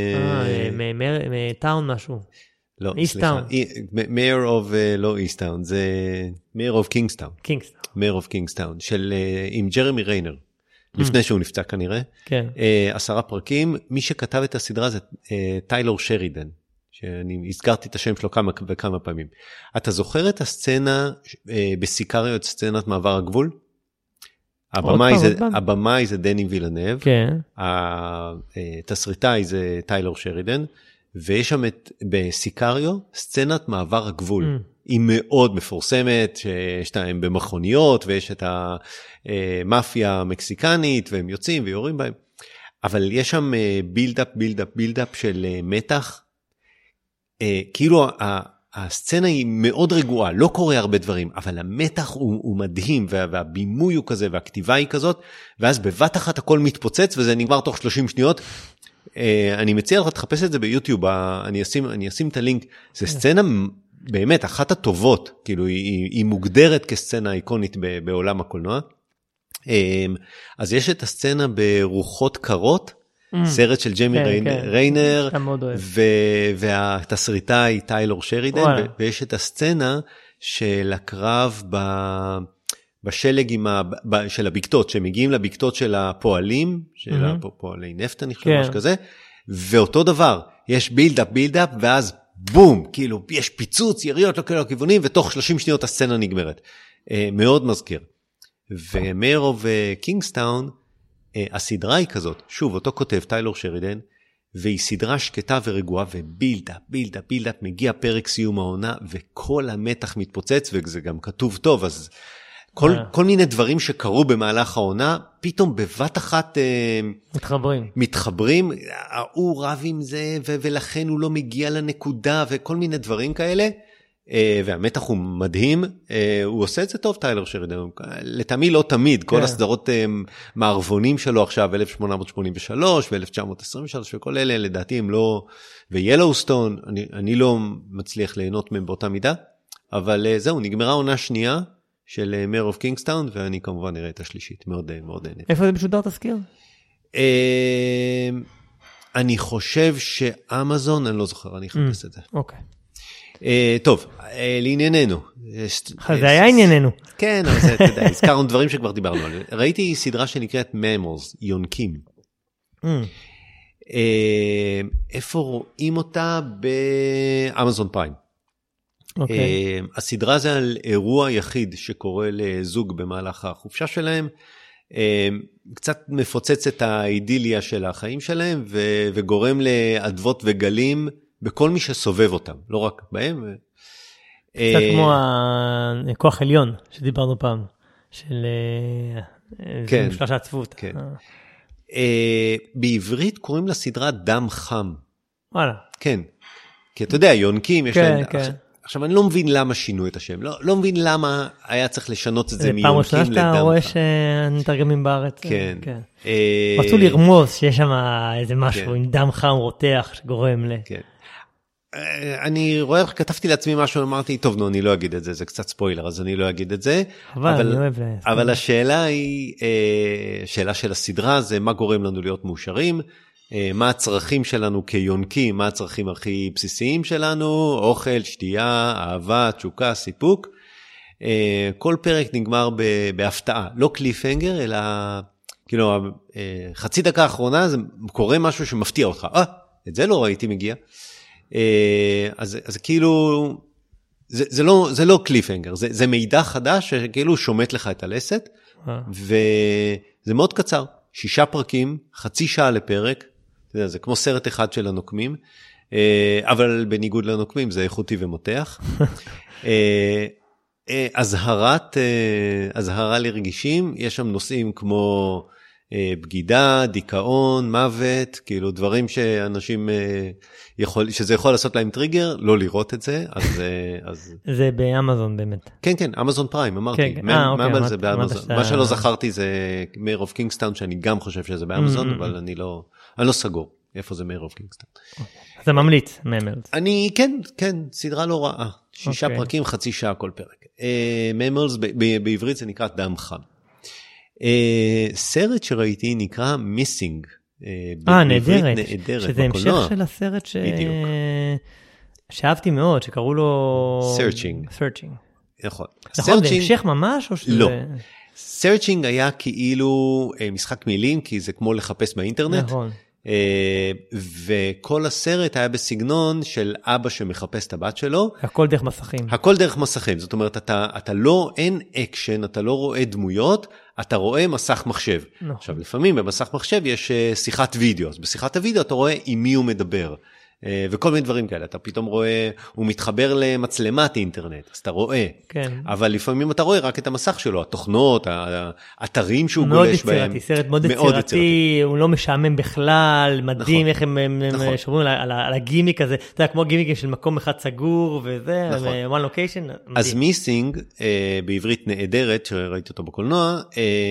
טאון משהו. לא, סליחה. Mayor of, לא Easttown, זה Mayor of Kingstown. Kingstown. Mayor of Kingstown, של, עם ג'רמי ריינר. לפני שהוא נפצע כנראה. כן. עשרה פרקים. מי שכתב את הסדרה זה טיילור שרידן, שאני הזכרתי את השם שלו כמה וכמה פעמים. אתה זוכר את הסצנה בסיקריו, את סצנת מעבר הגבול? הבמאי זה דני וילנב, כן. התסריטאי זה טיילור שרידן, ויש שם בסיקריו סצנת מעבר הגבול. היא מאוד מפורסמת, שיש להם במכוניות, ויש את המאפיה המקסיקנית, והם יוצאים ויורים בהם. אבל יש שם בילדאפ, בילדאפ, בילדאפ של מתח. כאילו הסצנה היא מאוד רגועה, לא קורה הרבה דברים, אבל המתח הוא, הוא מדהים, והבימוי הוא כזה, והכתיבה היא כזאת, ואז בבת אחת הכל מתפוצץ, וזה נגמר תוך שלושים שניות. אני מציע לך, תחפש את זה ביוטיוב, אני אשים, אני אשים את הלינק. זה סצנה באמת אחת הטובות, כאילו היא, היא מוגדרת כסצנה איקונית בעולם הקולנוע. אז יש את הסצנה ברוחות קרות, סרט של ג'יימי ריינר, והתסריטאי טיילור שרידן, ויש את הסצנה של הקרב בשלג של הבקתות, שמגיעים לבקתות של הפועלים, של הפועלי נפט, אני חושב, משהו כזה, ואותו דבר, יש בילדאפ, בילדאפ, ואז בום, כאילו, יש פיצוץ, יריות, לא כאלה כיוונים, ותוך שלושים שניות הסצנה נגמרת. מאוד מזכיר. ומייר אוף קינגסטאון, הסדרה היא כזאת, שוב, אותו כותב טיילור שרידן, והיא סדרה שקטה ורגועה, ובילדאפ, בילדאפ, בילדאפ, מגיע פרק סיום העונה, וכל המתח מתפוצץ, וזה גם כתוב טוב, אז כל, כל מיני דברים שקרו במהלך העונה, פתאום בבת אחת מתחברים. מתחברים, הוא רב עם זה, ו- ולכן הוא לא מגיע לנקודה, וכל מיני דברים כאלה, והמתח הוא מדהים, הוא עושה את זה טוב, טיילר שרידן, לטעמי לא תמיד, כל הסדרות מערבונים שלו עכשיו, אלף שמונה מאות שמונים ושלוש ו-אלף תשע מאות עשרים ושלוש, וכל אלה לדעתי הם לא, ויילאוסטון, אני, אני לא מצליח ליהנות מהם באותה מידה, אבל זהו, נגמרה עונה שנייה של מייר אוף קינגסטאון, ואני כמובן נראה את השלישית, מאוד מאוד נהנה. איפה זה משודר תזכיר? אני חושב שאמזון, אני לא זוכר, אני אחפש את זה. אוקיי. טוב, לענייננו. זה היה ענייננו. כן, אז אתה יודע, הזכרנו דברים שכבר דיברנו עליהם. ראיתי סדרה שנקראת ממורס, יונקים. איפה רואים אותה? באמזון פריים. הסדרה זה על אירוע יחיד שקורה לזוג במהלך החופשה שלהם, קצת מפוצץ את האידיליה של החיים שלהם, וגורם לעדבות וגלים בכל מי שסובב אותם, לא רק בהם. קצת כמו הכוח עליון שדיברנו פעם, של משלש העצבות. בעברית קוראים לסדרה דם חם. וואלה. כן, כי אתה יודע, יונקים יש להם... עכשיו, אני לא מבין למה שינו את השם, לא מבין למה היה צריך לשנות את זה מיונקים לדם חם. פעם ראשונה שאתה רואה שנתרגמים בארץ. כן. רצו לרמוז שיש שם איזה משהו עם דם חם רותח שגורם ל... כן. אני רואה, כתבתי לעצמי משהו, אמרתי, טוב, נו, אני לא אגיד את זה, זה קצת ספוילר, אז אני לא אגיד את זה. אבל, אבל השאלה היא, שאלה של הסדרה, זה מה גורם לנו להיות מאושרים, מה הצרכים שלנו כיונקים, מה הצרכים הכי בסיסיים שלנו, אוכל, שתייה, אהבה, תשוקה, סיפוק. כל פרק נגמר בהפתעה, לא קליפהנגר, אלא, כאילו, חצי דקה האחרונה, זה קורה משהו שמפתיע אותך. אה, את זה לא ראיתי מגיע. אז, אז כאילו, זה, זה לא, זה לא קליפהנגר, זה, זה מידע חדש שכאילו שומט לך את הלסת, וזה מאוד קצר, שישה פרקים, חצי שעה לפרק, זה כמו סרט אחד של הנוקמים, אבל בניגוד לנוקמים זה איכותי ומותח. הזהרת, הזהרה לרגישים, יש שם נושאים כמו בגידה, דיכאון, מוות, כאילו דברים שאנשים יכול, שזה יכול לעשות להם טריגר, לא לראות את זה, אז... אז... זה באמזון באמת. כן, כן, אמזון פריים, אמרתי. כן, אה, אוקיי. ממל זה באמזון. מה שלא זכרתי זה Mayor of Kingstown, שאני גם חושב שזה באמזון, אבל אני לא, אני לא סגור. איפה זה Mayor of Kingstown. זה ממליץ, ממלס. אני, כן, כן, סדרה לא רעה. שישה פרקים, חצי שעה כל פרק. ממלס, בעברית זה נקרא דם חם. סרט שראיתי נקרא מיסינג. אה, נהדרת. שזה המשך של הסרט שאהבתי מאוד, שקראו לו... Searching. Searching. נכון. נכון, זה המשך ממש או שזה... לא. Searching היה כאילו משחק מילים, כי זה כמו לחפש באינטרנט. נכון. וכל הסרט היה בסגנון של אבא שמחפש את הבת שלו. הכל דרך מסכים. הכל דרך מסכים. זאת אומרת, אתה, אתה לא, אין אקשן, אתה לא רואה דמויות, אתה רואה מסך מחשב. נכון. עכשיו, לפעמים במסך מחשב יש שיחת וידאו. אז בשיחת הוידאו אתה רואה עם מי הוא מדבר. וכל מיני דברים כאלה, אתה פתאום רואה, הוא מתחבר למצלמת אינטרנט, אז אתה רואה, כן. אבל לפעמים אתה רואה רק את המסך שלו, התוכנות, האתרים שהוא גולש בהם. מאוד יצירתי, סרט מאוד יצירתי, הוא לא משעמם בכלל, מדהים איך הם שומרים על הגימיק הזה, אתה יודע, כמו גימיקים של מקום אחד סגור וזה, one location. אז מיסינג, בעברית נהדרת, שראיתי אותו בקולנוע,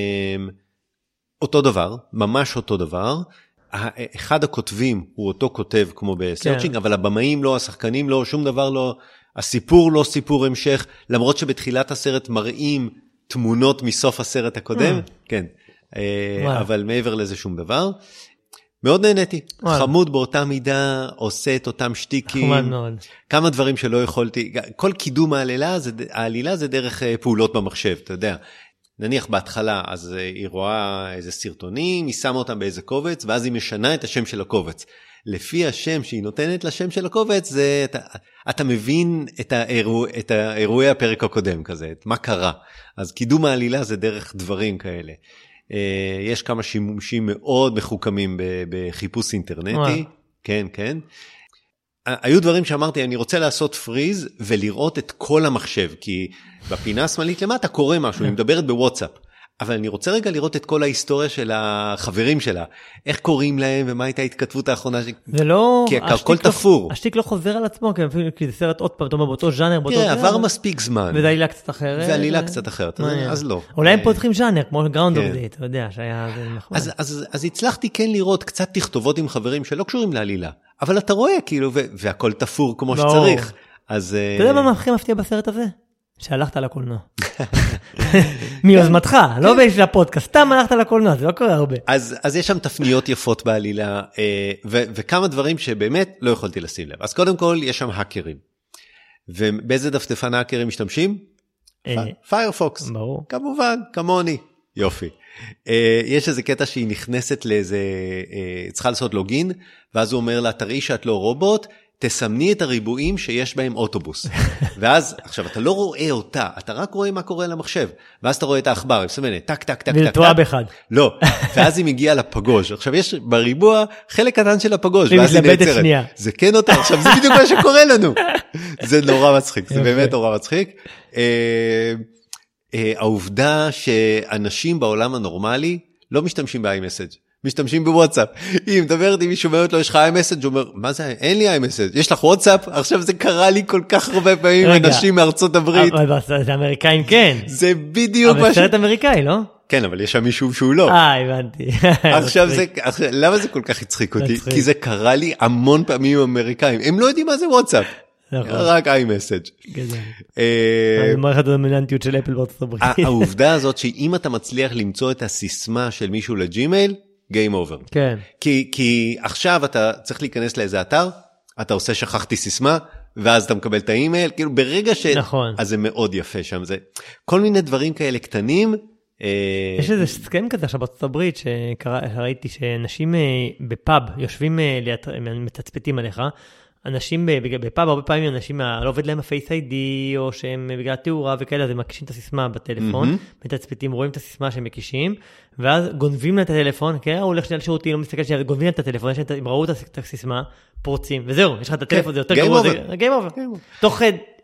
אותו דבר, ממש אותו דבר, אחד הכותבים הוא אותו כותב כמו בסרצ'ינג, אבל הבמאים לא, השחקנים לא, שום דבר לא, הסיפור לא סיפור המשך, למרות שבתחילת הסרט מראים תמונות מסוף הסרט הקודם, כן, אבל מעבר לזה שום דבר. מאוד נהניתי, חמוד באותה מידה, עושה את אותם שטיקים, כמה דברים שלא יכולתי, כל קידום העלילה זה דרך פעולות במחשב, אתה יודע. נניח בהתחלה, אז היא רואה איזה סרטונים, היא שמה אותם באיזה קובץ, ואז היא משנה את השם של הקובץ. לפי השם שהיא נותנת לשם של הקובץ, זה, אתה, אתה מבין את, האירוע, את האירועי הפרק הקודם כזה, את מה קרה. אז קידום העלילה זה דרך דברים כאלה. יש כמה שימושים מאוד מחוכמים בחיפוש אינטרנטי. כן, כן. היו דברים שאמרתי, אני רוצה לעשות פריז ולראות את כל המחשב, כי בפינה השמאלית למטה קורה משהו, היא מדברת בוואטסאפ, אבל אני רוצה רגע לראות את כל ההיסטוריה של החברים שלה, איך קוראים להם ומה הייתה ההתכתבות האחרונה, זה לא... כי הכל תפור. השתיק לא חוזר על עצמו, כי זה סרט עוד פעם, אתה אומר, באותו ז'אנר, באותו... תראה, עבר מספיק זמן. וזה עלילה קצת אחרת. ועלילה קצת אחרת, אז לא. אולי הם פותחים ז'אנר, כמו גראונד אוף דיי, אתה יודע, שהיה... אז הצלחתי כן לראות קצת תכתובות עם חברים שלא קשורים לעלילה, אבל אתה רואה, כאילו, והכל תפור כמו שצריך. אז... אתה יודע מה הכי מפתיע בסרט הזה? שהלכת לקולנוע. מיוזמתך, לא בשביל הפודקאסט, סתם הלכת לקולנוע, זה לא קורה הרבה. אז יש שם תפניות יפות בעלילה, וכמה דברים שבאמת לא יכולתי לשים לב. אז קודם כל, יש שם האקרים. ובאיזה דפדפן האקרים משתמשים? פיירפוקס. ברור. כמובן, כמוני. יופי. יש איזה קטע שהיא נכנסת לאיזה, צריכה לעשות לוגין, ואז הוא אומר לה, תראי שאת לא רובוט, תסמני את הריבועים שיש בהם אוטובוס. ואז, עכשיו, אתה לא רואה אותה, אתה רק רואה מה קורה למחשב. ואז אתה רואה את האחבר, היא מסמנת, טק, טק, טק, טק. וירטואל באחד. לא. ואז היא מגיעה לפגוש. עכשיו, יש בריבוע חלק קטן של הפגוש. ואז היא נעצרת. זה כן אותה. עכשיו, זה בדיוק מה שקורה לנו. זה נורא מצחיק. זה באמת נורא מצחיק. העובדה שאנשים בעולם הנורמלי לא משתמשים ב-iMessage. משתמשים בוואטסאפ. היא מדברת עם מישהו אומרת לו, יש לך iMessage? הוא אומר, מה זה? אין לי iMessage. יש לך וואטסאפ? עכשיו זה קרה לי כל כך הרבה פעמים עם אנשים מארצות הברית. זה אמריקאים כן. זה בדיוק אבל סרט אמריקאי, לא? כן, אבל יש שם מישהו שהוא לא. אה, הבנתי. עכשיו זה, למה זה כל כך הצחיק אותי? כי זה קרה לי המון פעמים עם אמריקאים. הם לא יודעים מה זה וואטסאפ. רק iMessage. גדול. מערכת הדומיננטיות של אפל בארצות הברית. העובדה הזאת שאם אתה מצליח למצוא את הסיסמה של מישהו לג'ימייל, game over. כן. כי, כי עכשיו אתה צריך להיכנס לאיזה אתר, אתה עושה שכחתי סיסמה, ואז אתה מקבל את האימייל, כאילו ברגע ש... נכון. אז זה מאוד יפה שם, זה כל מיני דברים כאלה קטנים. יש איזה סכם כזה עכשיו בארצות הברית, שראיתי שאנשים בפאב יושבים, מתצפתים עליך, אנשים בפאב, הרבה פעמים אנשים לא עובד להם הפייס איי די, או שהם בגלל תאורה וכאלה, אז הם מקישים את הסיסמה בטלפון, מתצפתים, רואים את הסיסמה שהם מקישים, ואז גונבים לה את הטלפון, כן, הוא הולך שנייה לשירותי, לא מסתכל שנייה, גונבים לה את הטלפון, הם ראו את הסיסמה, פורצים, וזהו, יש לך את הטלפון, זה יותר גרוע, זה גיים אובר. תוך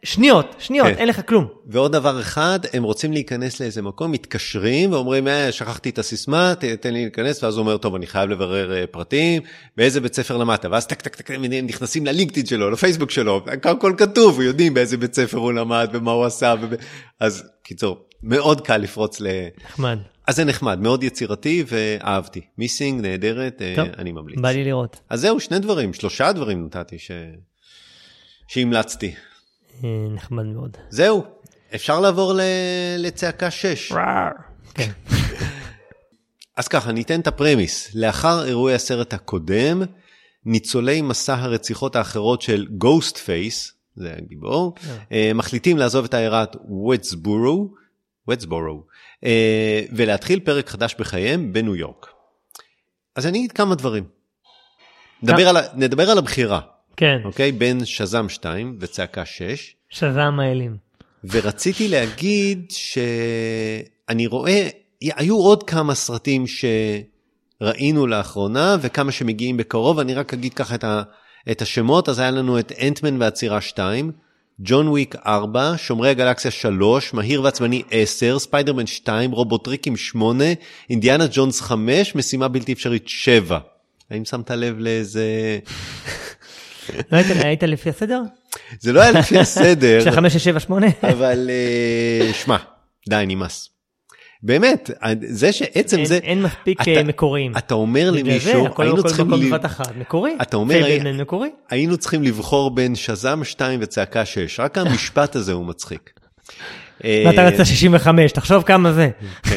שניות, שניות, אין לך כלום. ועוד דבר אחד, הם רוצים להיכנס לאיזה מקום, מתקשרים ואומרים, אה, שכחתי את הסיסמה, תן לי להיכנס, ואז הוא אומר, טוב, אני חייב לברר פרטים, באיזה בית ספר למדת, ואז טק, טק, טק, הם נכנסים ללינקדאין שלו, לפייסבוק שלו, הכל כתוב, יודעים באיזה בית ספר הוא למד, ומה הוא עשה, אז קיצור, מאוד קל לפרוץ ל... נחמד. אז זה נחמד, מאוד יצירתי, ואהבתי. מיסינג, נהדרת, אני ממליץ. בא לי לראות. אז זהו, שני דברים, שלושה דברים נתתי ש... שהמלצתי. נחמד מאוד. זהו, אפשר לעבור ל... לצעקה שש. כן. אז ככה, ניתן את הפרמיס. לאחר אירועי הסרט הקודם, ניצולי מסע הרציחות האחרות של Ghost Face, זה הגיבור, מחליטים לעזוב את העיירת וטסבורו, וטסבורו, ולהתחיל פרק חדש בחייהם בניו יורק. אז אני אגיד כמה דברים. נדבר על, נדבר על הבחירה. כן. אוקיי? בין שזם שתיים וצעקה שש. שזם האלים. ורציתי להגיד שאני רואה, היו עוד כמה סרטים שראינו לאחרונה, וכמה שמגיעים בקרוב, אני רק אגיד ככה את, ה, את השמות, אז היה לנו את אנטמן והצירה שתיים, ג'ון וויק ארבע, שומרי הגלקסיה שלוש, מהיר ועצבני עשר, ספיידרמן שתיים, רובוטריקים שמונה, אינדיאנה ג'ונס חמש, משימה בלתי אפשרית שבע. האם שמת לב לאיזה... לא היית לפי הסדר? זה לא היה לפי הסדר. של חמש, שש, שבע, שמונה. אבל שמע, די נמאס. באמת, זה שעצם זה... אין מספיק מקוריים. אתה אומר למישהו, היינו צריכים... מקורי? אתה אומר, היינו צריכים לבחור בין שזם שתיים וצעקה שש. רק המשפט הזה הוא מצחיק. ואתה רצה שישים וחמש, תחשוב כמה זה.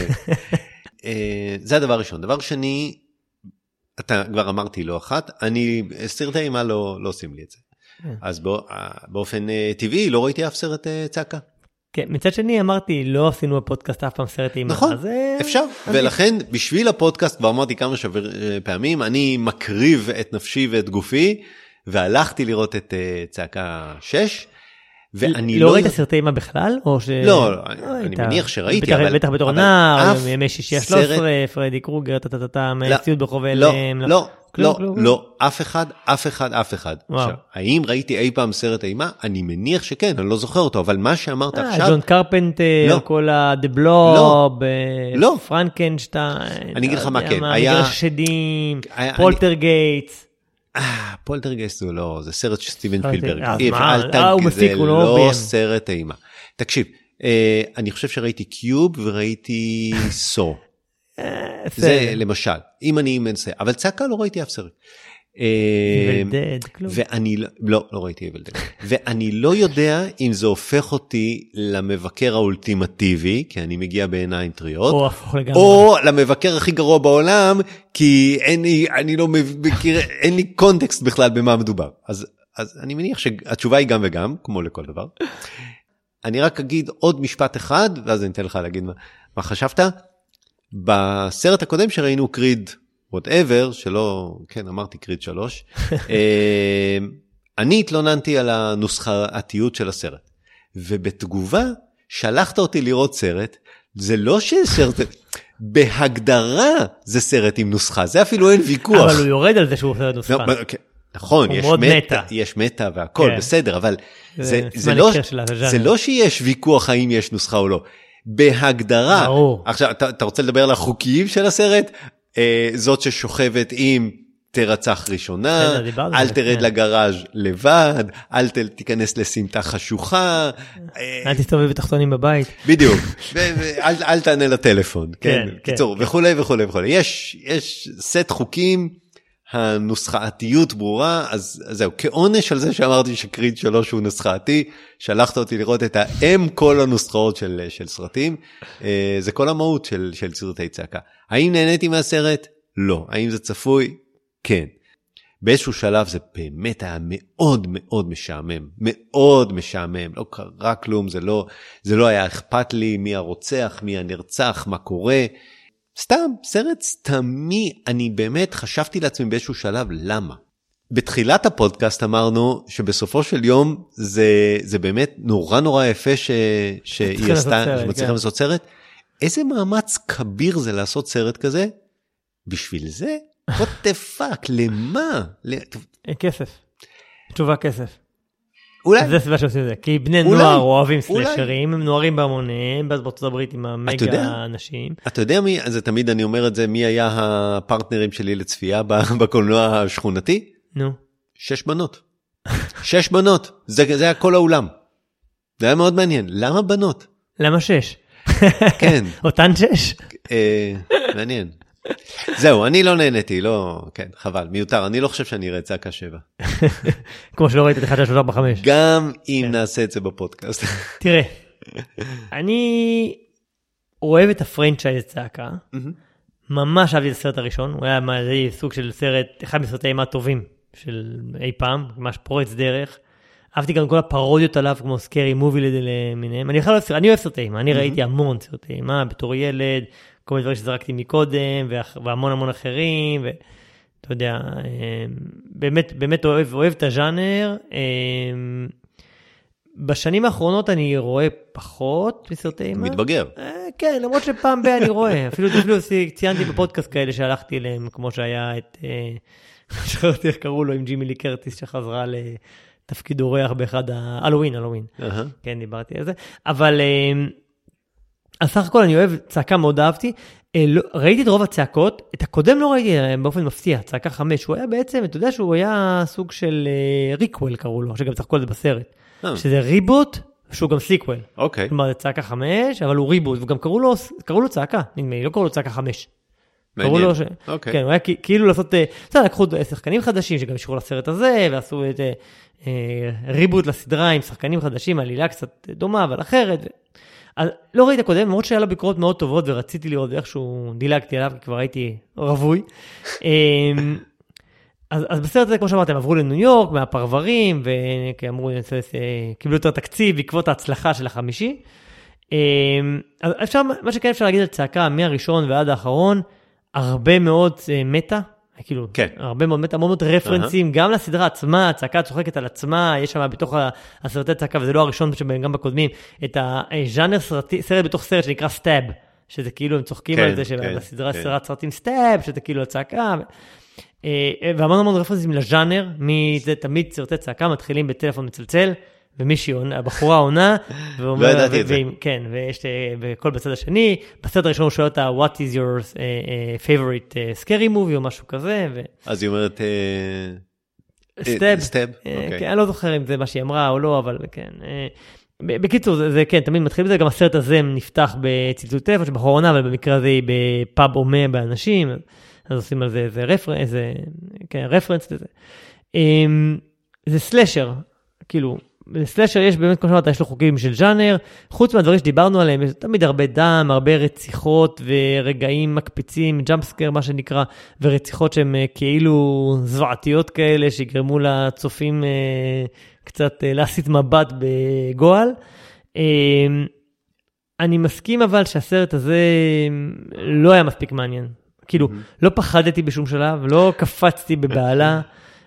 זה הדבר הראשון. דבר שני, אתה כבר אמרתי לא אחת, אני, סרטי אימה לא, לא עושים לי את זה. אז באופן טבעי לא ראיתי אף סרט צעקה. כן, מצד שני אמרתי, לא עשינו בפודקאסט אף פעם סרט אימה. נכון, אפשר. ולכן בשביל הפודקאסט, כבר אמרתי כמה פעמים, אני מקריב את נפשי ואת גופי, והלכתי לראות את צעקה שש, ואני לא... לא ראית סרטי אימה בכלל? לא, אני מניח שראיתי, אבל... בטח בתור נער, ימי שישי שלוש עשרה, פרדי קרוגר, טטטטטה, מהציוד בחוב אליהם. לא, לא, לא, אף אחד, אף אחד, אף אחד. האם ראיתי אי פעם סרט אימה? אני מניח שכן, אני לא זוכר אותו, אבל מה שאמרת עכשיו... ג'ון קרפנטר, כל ה-The Blob, פרנקנשטיין, אני אגיד לך מה כן, היה... שדים, פולטרגייטס. אה, פולטרגייסט זה לא, זה סרט של סטיבן פילברג. זה לא סרט אימה. תקשיב, אני חושב שראיתי קיוב וראיתי סו. זה למשל, אם אני מנסה, אבל צעקה לא ראיתי אף סרט. Evil Dead, כלום. ואני, לא, לא ראיתי Evil Dead. ואני לא יודע אם זה הופך אותי למבקר האולטימטיבי, כי אני מגיע בעיניים טריות, או הפוך לגמרי. או למבקר הכי גרוע בעולם, כי אין לי, אני לא מכיר, אין לי קונטקסט בכלל במה מדובר. אז, אז אני מניח שהתשובה היא גם וגם, כמו לכל דבר. אני רק אגיד עוד משפט אחד, ואז אני אתן לך להגיד מה, מה חשבת. בסרט הקודם שראינו קריד, whatever, שלא, כן, אמרתי קריד שלוש, אני התלוננתי על הנוסחתיות של הסרט, ובתגובה שלחת אותי לראות סרט, זה לא שסרט, בהגדרה זה סרט עם נוסחה, זה אפילו אין ויכוח. אבל הוא יורד על זה שהוא עושה נוסחה. נכון, יש מטה, יש מטה והכל, בסדר, אבל זה לא שיש ויכוח האם יש נוסחה או לא. בהגדרה, עכשיו אתה רוצה לדבר על החוקיים של הסרט, זאת ששוכבת עם תרצח ראשונה, אל תרד לגראז' לבד, אל תיכנס לסמטה חשוכה. אל תסתובב בתחתונים בבית. בדיוק, אל תענה לטלפון, קיצור, וכולי וכולי וכולי. יש סט חוקים, הנוסחאתיות ברורה, אז זהו, כעונש על זה שאמרתי שקריד שלוש הוא נוסחאתי, שלחת אותי לראות את האם כל הנוסחאות של, של סרטים, זה כל המהות של, של סרטי צעקה. האם נהניתי מהסרט? לא. האם זה צפוי? כן. באיזשהו שלב זה באמת היה מאוד מאוד משעמם, מאוד משעמם, לא קרה כלום, זה לא, זה לא היה אכפת לי מי הרוצח, מי הנרצח, מה קורה, סתם, סרט סתמי, אני באמת חשבתי לעצמי באיזשהו שלב, למה? בתחילת הפודקאסט אמרנו שבסופו של יום זה, זה באמת נורא נורא יפה ש, שהיא עשתה, שמצליחה לעשות סרט. איזה מאמץ כביר זה לעשות סרט כזה? בשביל זה? what the fuck, למה? כסף. תשובה כסף. אולי. זה הסיבה שעושים את זה, כי בני אולי. נוער אוהבים אולי. סלשרים, הם נוערים בהמוניהם, ואז בארצות הברית עם המגה אנשים. אתה יודע מי, זה תמיד אני אומר את זה, מי היה הפרטנרים שלי לצפייה בקולנוע השכונתי? נו. שש בנות. שש בנות. זה, זה היה כל האולם. זה היה מאוד מעניין. למה בנות? למה שש? כן. אותן שש? אה, מעניין. זהו, אני לא נהניתי, לא, כן, חבל, מיותר, אני לא חושב שאני אראה את צעקה שבע. כמו שלא ראית את אחד של שלושה בחמש. גם אם נעשה את זה בפודקאסט. תראה, אני אוהב את הפרנצ'ייז צעקה, ממש אהבתי את הסרט הראשון, הוא היה סוג של סרט, אחד מסרטי אימה טובים של אי פעם, ממש פורץ דרך, אהבתי גם כל הפרודיות עליו, כמו סקרי מובי למיניהם, אני אוהב סרטי אימה, אני ראיתי המון סרטי אימה, בתור ילד, כל מיני דברים שזרקתי מקודם, והמון המון אחרים, ואתה יודע, באמת, באמת אוהב, אוהב את הז'אנר. בשנים האחרונות אני רואה פחות מסרטי אימה. מתבגר. כן, למרות שפעם בה אני רואה, אפילו, אפילו ציינתי בפודקאסט כאלה שהלכתי אליהם, כמו שהיה את, שכחתי איך קראו לו, עם ג'ימי לי קרטיס, שחזרה לתפקיד אורח באחד, הלווין, הלווין. כן, דיברתי על זה. אבל... אז סך הכל אני אוהב, צעקה מאוד אהבתי, ראיתי את רוב הצעקות, את הקודם לא ראיתי באופן מפתיע, צעקה חמש, הוא היה בעצם, אתה יודע שהוא היה סוג של ריקוול קראו לו, שגם צחקו על זה בסרט, שזה ריבוט, שהוא גם סיקוול, אוקיי. כלומר זה צעקה חמש, אבל הוא ריבוט, וגם קראו לו, קראו לו צעקה, נדמה לי, לא קראו לו צעקה חמש. קראו לו, כן, הוא היה כאילו לעשות, בסדר, לקחו שחקנים חדשים, שגם ישרו לסרט הזה, ועשו את ריבוט לסדרה עם שחקנים חדשים, עלילה קצת דומה, אבל אחרת, אז לא ראיתי הקודם, למרות שהיה לו ביקורות מאוד טובות, ורציתי לראות איכשהו דילגתי עליו, כי כבר הייתי רווי. אז, אז בסרט הזה, כמו שאמרתם, עברו לניו יורק, מהפרברים, וכאמרו, קיבלו יותר תקציב, בעקבות ההצלחה של החמישי. אז אפשר, מה שכן אפשר להגיד על צעקה, מהראשון ועד האחרון, הרבה מאוד מטה, כאילו, כן. הרבה מאוד מטה, מאוד מאוד רפרנסים, uh-huh. גם לסדרה עצמה, הצעקה צוחקת על עצמה, יש שם בתוך הסרטי צעקה, וזה לא הראשון שבהם גם בקודמים, את הז'אנר סרטי, סרט בתוך סרט שנקרא סטאב, שזה כאילו הם צוחקים כן, על זה, שבסדרה כן. סרט סרטים סטאב, שזה כאילו הצעקה, והמון המון רפרנסים לז'אנר, מזה תמיד סרטי צעקה מתחילים בטלפון מצלצל, ומישהי עונה, הבחורה עונה, לא ידעתי את זה. כן, ויש בכל בצד השני, בסרט הראשון הוא שואל אותה, what is your uh, uh, favorite uh, scary movie, או משהו כזה. ו... אז היא אומרת, סטאב. סטאב, אוקיי. כן, אני לא זוכר אם זה מה שהיא אמרה או לא, אבל כן. בקיצור, זה, זה כן, תמיד מתחיל בזה, גם הסרט הזה נפתח בצלצול טלפון, שבחורה עונה, אבל במקרה הזה היא בפאב עומה באנשים, אז עושים על זה איזה רפרנס, איזה, כן, רפרנס לזה. זה סלשר, כאילו, בסלשר יש באמת, כמו שאמרת, יש לו חוקים של ז'אנר, חוץ מהדברים שדיברנו עליהם, יש תמיד הרבה דם, הרבה רציחות ורגעים מקפיצים, ג'אמפסקר מה שנקרא, ורציחות שהן כאילו זוועתיות כאלה, שיגרמו לצופים קצת להסיט מבט בגועל. אני מסכים אבל שהסרט הזה לא היה מספיק מעניין. כאילו, לא פחדתי בשום שלב, לא קפצתי בבעלה,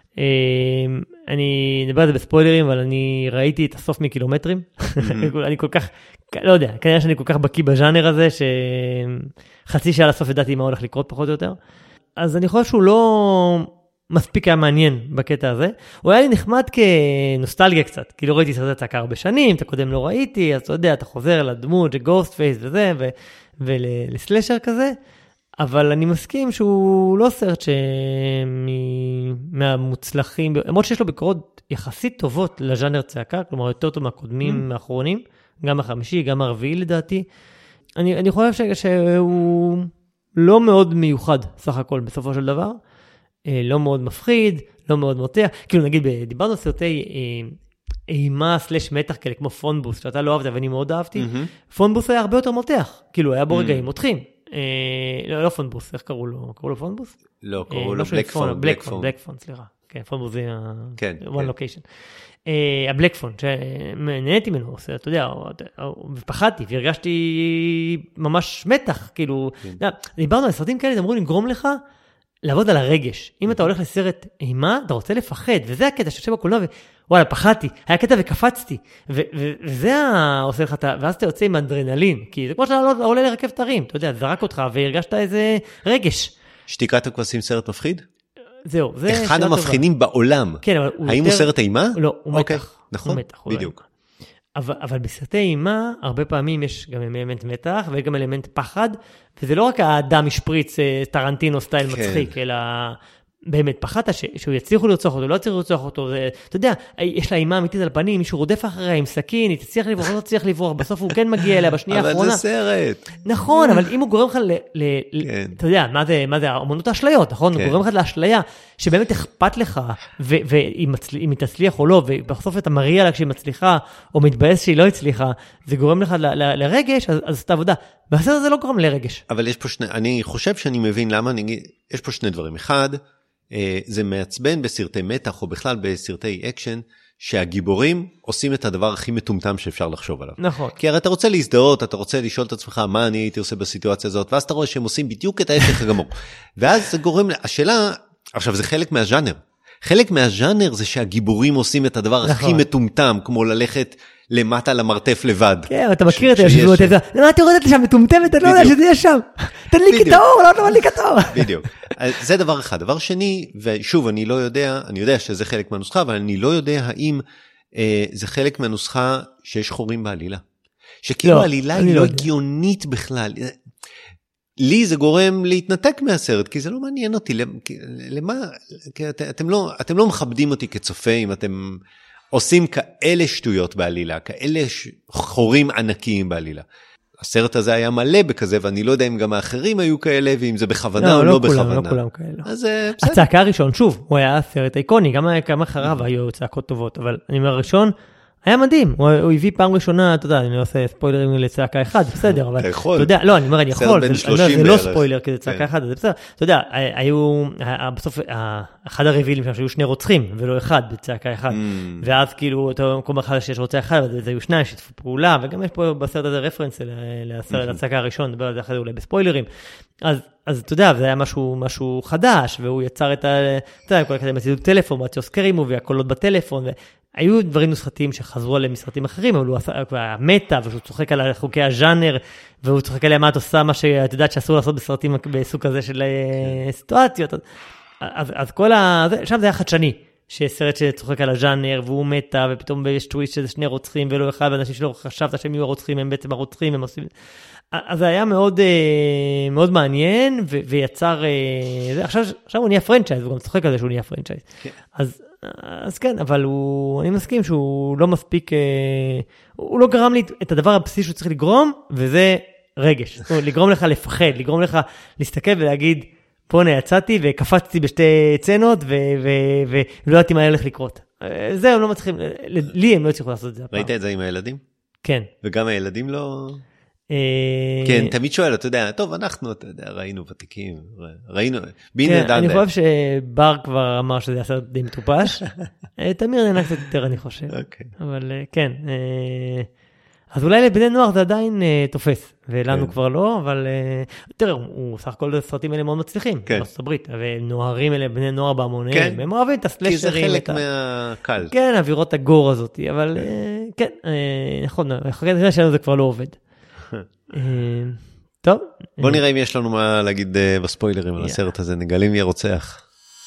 אני נדבר על זה בספוילרים, אבל אני ראיתי את הסוף מקילומטרים, אני כל כך, לא יודע, כנראה שאני כל כך בקיא בז'אנר הזה, שחצי שעה לסוף ידעתי מה הולך לקרות פחות או יותר, אז אני חושב שהוא לא מספיק היה מעניין בקטע הזה, הוא היה לי נחמד כנוסטלגיה קצת, כי לא ראיתי סרטי צעקה הרבה שנים, אתה קודם לא ראיתי, אז אתה יודע, אתה חוזר לדמות, גוסט פייס וזה, ולסלשר כזה, אבל אני מסכים שהוא לא סרט מהמוצלחים, למרות שיש לו ביקורות יחסית טובות לז'אנר צעקה, כלומר יותר טוב מהקודמים האחרונים, גם החמישי, גם הרביעי לדעתי. אני, אני חושב שהוא לא מאוד מיוחד סך הכל בסופו של דבר, לא מאוד מפחיד, לא מאוד מותח, כאילו נגיד דיברנו על סרטי אימה סלש מתח כאלה כמו פונבוס, שאתה לא אהבת ואני מאוד אהבתי, פונבוס היה הרבה יותר מותח, כאילו היה בו רגעים מותחים. לא פונבוס, איך קראו לו? קראו לו פונבוס? לא, קראו לו בלקפון. בלקפון, בלקפון, סליחה. כן, פונבוס זה one location. הבלקפון, שנהניתי ממנו, אתה יודע, ופחדתי, והרגשתי ממש מתח, כאילו, דיברנו על סרטים כאלה, אמרו לי, גרום לך לעבוד על הרגש. אם אתה הולך לסרט אימה, אתה רוצה לפחד, וזה הקטע שיושב בקולנוע, ווואלה, פחדתי, היה קטע וקפצתי, וזה עושה לך, ואז אתה יוצא עם אדרנלין, כי זה כמו שאתה עולה לרכב תרים, אתה יודע, זרק אותך, והרגשת איזה רגש. שתיקת הכבשים סרט מפחיד? זהו, זה... אחד המפחידים בעולם. כן, אבל הוא האם הוא סרט אימה? לא, הוא מתח. נכון, בדיוק. אבל, אבל בסרטי אימה, הרבה פעמים יש גם אלמנט מתח, וגם אלמנט פחד, וזה לא רק האדם משפריץ טרנטינו סטייל כן. מצחיק, אלא באמת פחדת ש, שהוא יצליחו לרצוח אותו, לא יצליחו לרצוח אותו, זה, אתה יודע, יש לה אימה אמיתית על פנים, מישהו רודף אחריה עם סכין, היא תצליח לברוח, לא תצליח לברוח, בסוף הוא כן מגיע אליה בשנייה האחרונה. אבל זה סרט. נכון, אבל אם הוא גורם לך ל... ל כן. אתה יודע, מה זה, מה זה, אמנות האשליות, נכון? כן. הוא גורם לך לאשליה, שבאמת אכפת לך, ואם היא תצליח או לא, ובסוף אתה מריע לה כשהיא מצליחה, או מתבאס שהיא לא הצליחה, זה גורם לך ל, ל, לרגש, אז, אז את העבודה. בסרט הזה לא גורם לרגש. אבל יש פה שני, אני חושב שאני מבין למה, אני, יש פה שני דברים. אחד, זה מעצבן בסרטי מתח או בכלל בסרטי אקשן, שהגיבורים עושים את הדבר הכי מטומטם שאפשר לחשוב עליו. נכון. כי הרי אתה רוצה להזדהות, אתה רוצה לשאול את עצמך מה אני הייתי עושה בסיטואציה הזאת, ואז אתה רואה שהם עושים בדיוק את ההפך הגמור. ואז זה גורם, השאלה, עכשיו זה חלק מהז'אנר. חלק מהז'אנר זה שהגיבורים עושים את הדבר נכון. הכי מטומטם, כמו ללכת למטה למרתף לבד. כן, אתה מכיר את זה, שזו את זה. למה את יורדת לשם מטומטמת, אתה לא יודע שזה יהיה שם. תדליק את האור, לא תדליק את האור. בדיוק. זה דבר אחד. דבר שני, ושוב, אני לא יודע, אני יודע שזה חלק מהנוסחה, אבל אני לא יודע האם זה חלק מהנוסחה שיש חורים בעלילה. שכאילו העלילה היא לא הגיונית בכלל. לי זה גורם להתנתק מהסרט, כי זה לא מעניין אותי. למה? אתם לא מכבדים אותי כצופה, אם אתם עושים כאלה שטויות בעלילה, כאלה חורים ענקיים בעלילה. הסרט הזה היה מלא בכזה, ואני לא יודע אם גם האחרים היו כאלה, ואם זה בכוונה או לא בכוונה. לא כולם כאלה. אז בסדר. הצעקה הראשון, שוב, הוא היה סרט איקוני, גם אחריו היו צעקות טובות, אבל אני אומר הראשון, היה מדהים, הוא, הוא הביא פעם ראשונה, אתה יודע, אני לא עושה ספוילרים לצעקה אחד, בסדר, אבל... אתה יכול. אתה יודע, לא, אני אומר, אני יכול, זה, זה, זה לא ספוילר, כי זה צעקה אחד, זה בסדר. אתה יודע, היו, בסוף, אחד הרבילים שם, שהיו שני רוצחים, ולא אחד, בצעקה אחד. ואז כאילו, אתה מקום אחד שיש רוצח אחד, אבל זה היו שניים, שיתפו פעולה, וגם יש פה בסרט הזה רפרנס לסרט הצעקה הראשון, דבר על זה אחרי אולי בספוילרים. אז, אז אתה יודע, זה היה משהו, משהו חדש, והוא יצר את ה... אתה יודע, כל כזה מצידות טלפון, מציאו סקרימו, והקולות בטלפון, היו דברים נוסחתיים שחזרו עליהם מסרטים אחרים, אבל הוא היה מטה, והוא צוחק על חוקי הז'אנר, והוא צוחק עליהם מה את עושה, מה שאת יודעת שאסור לעשות בסרטים בסוג הזה של סיטואציות. אז, אז כל ה... שם זה היה חדשני, שסרט שצוחק על הז'אנר, והוא מטה, ופתאום יש טוויסט שזה שני רוצחים, ולא אחד, ואנשים שלא חשבת שהם יהיו הרוצחים, הם בעצם הרוצחים, הם עושים... אז זה היה מאוד, מאוד מעניין, ו- ויצר... עכשיו, עכשיו הוא נהיה פרנצ'ייז, הוא גם צוחק על זה שהוא נהיה פרנצ'ייז. כן. אז... אז כן, אבל הוא, אני מסכים שהוא לא מספיק, הוא לא גרם לי את הדבר הבסיסי שהוא צריך לגרום, וזה רגש. לגרום לך לפחד, לגרום לך להסתכל ולהגיד, פה נעצתי וקפצתי בשתי צנות, ולא יודעתי מה הולך לקרות. זה הם לא מצליחים, לי הם לא צריכים לעשות את זה. ראית את זה עם הילדים? כן. וגם הילדים לא... כן, תמיד שואל, אתה יודע, טוב, אנחנו, אתה יודע, ראינו ותיקים, ראינו, בינה דנדה. אני חושב שבר כבר אמר שזה יעשה די מטופש, תמיר נהנה קצת יותר, אני חושב. אבל כן, אז אולי לבני נוער זה עדיין תופס, ולנו כבר לא, אבל תראה, הוא סך הכל הסרטים האלה מאוד מצליחים, בארצות הברית, ונוערים אלה בני נוער בהמוניהם, הם אוהבים את הסלשרים. כי זה חלק מהקל. כן, אווירות הגור הזאת, אבל כן, נכון, אחרי שלנו זה כבר לא עובד. טוב. בוא נראה אם יש לנו מה להגיד בספוילרים על הסרט הזה, נגלים מי הרוצח.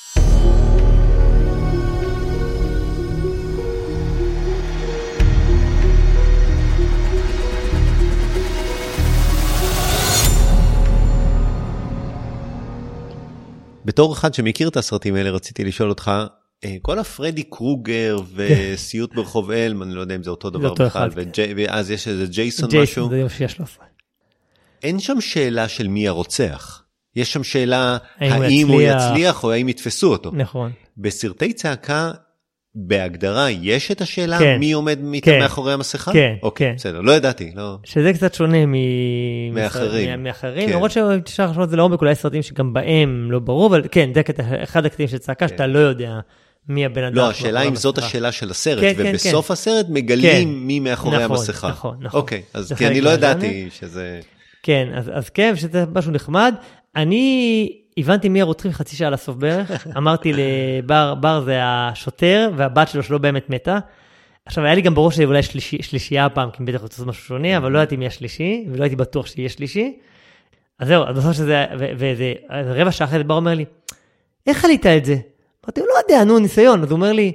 בתור אחד שמכיר את הסרטים האלה, רציתי לשאול אותך, כל הפרדי קרוגר וסיוט ברחוב אלם, אני לא יודע אם זה אותו דבר בכלל, ואז יש איזה ג'ייסון משהו. ג'ייסון זה יופי שלוש עשרה. אין שם שאלה של מי הרוצח. יש שם שאלה האם הוא יצליח או האם יתפסו אותו. נכון. בסרטי צעקה, בהגדרה, יש את השאלה מי עומד מאחורי המסכה? כן, כן. בסדר, לא ידעתי. שזה קצת שונה מאחרים. מאחרים, למרות שאפשר לחשוב את זה לעומק, אולי סרטים שגם בהם לא ברור, אבל כן, זה אחד הקטעים של צעקה שאתה לא יודע מי הבן אדם. לא, השאלה אם זאת השאלה של הסרט, ובסוף הסרט מגלים מי מאחורי המסכה. נכון, נכון. אוקיי, אז כי אני לא ידעתי שזה... כן, אז, אז כן, שזה משהו נחמד. אני הבנתי מי הרוצחים חצי שעה לסוף בערך. אמרתי לבר, בר זה השוטר, והבת שלו שלא באמת מתה. עכשיו, היה לי גם בראש שאולי שלישי, שלישייה הפעם, כי בטח רוצה משהו שונה, אבל לא ידעתי מי השלישי, ולא הייתי בטוח שיהיה שלישי. אז זהו, אז בסוף שזה, וזה, רבע שעה אחרי זה בר אומר לי, איך חלית את זה? אמרתי, הוא לא יודע, נו, ניסיון. אז הוא אומר לי,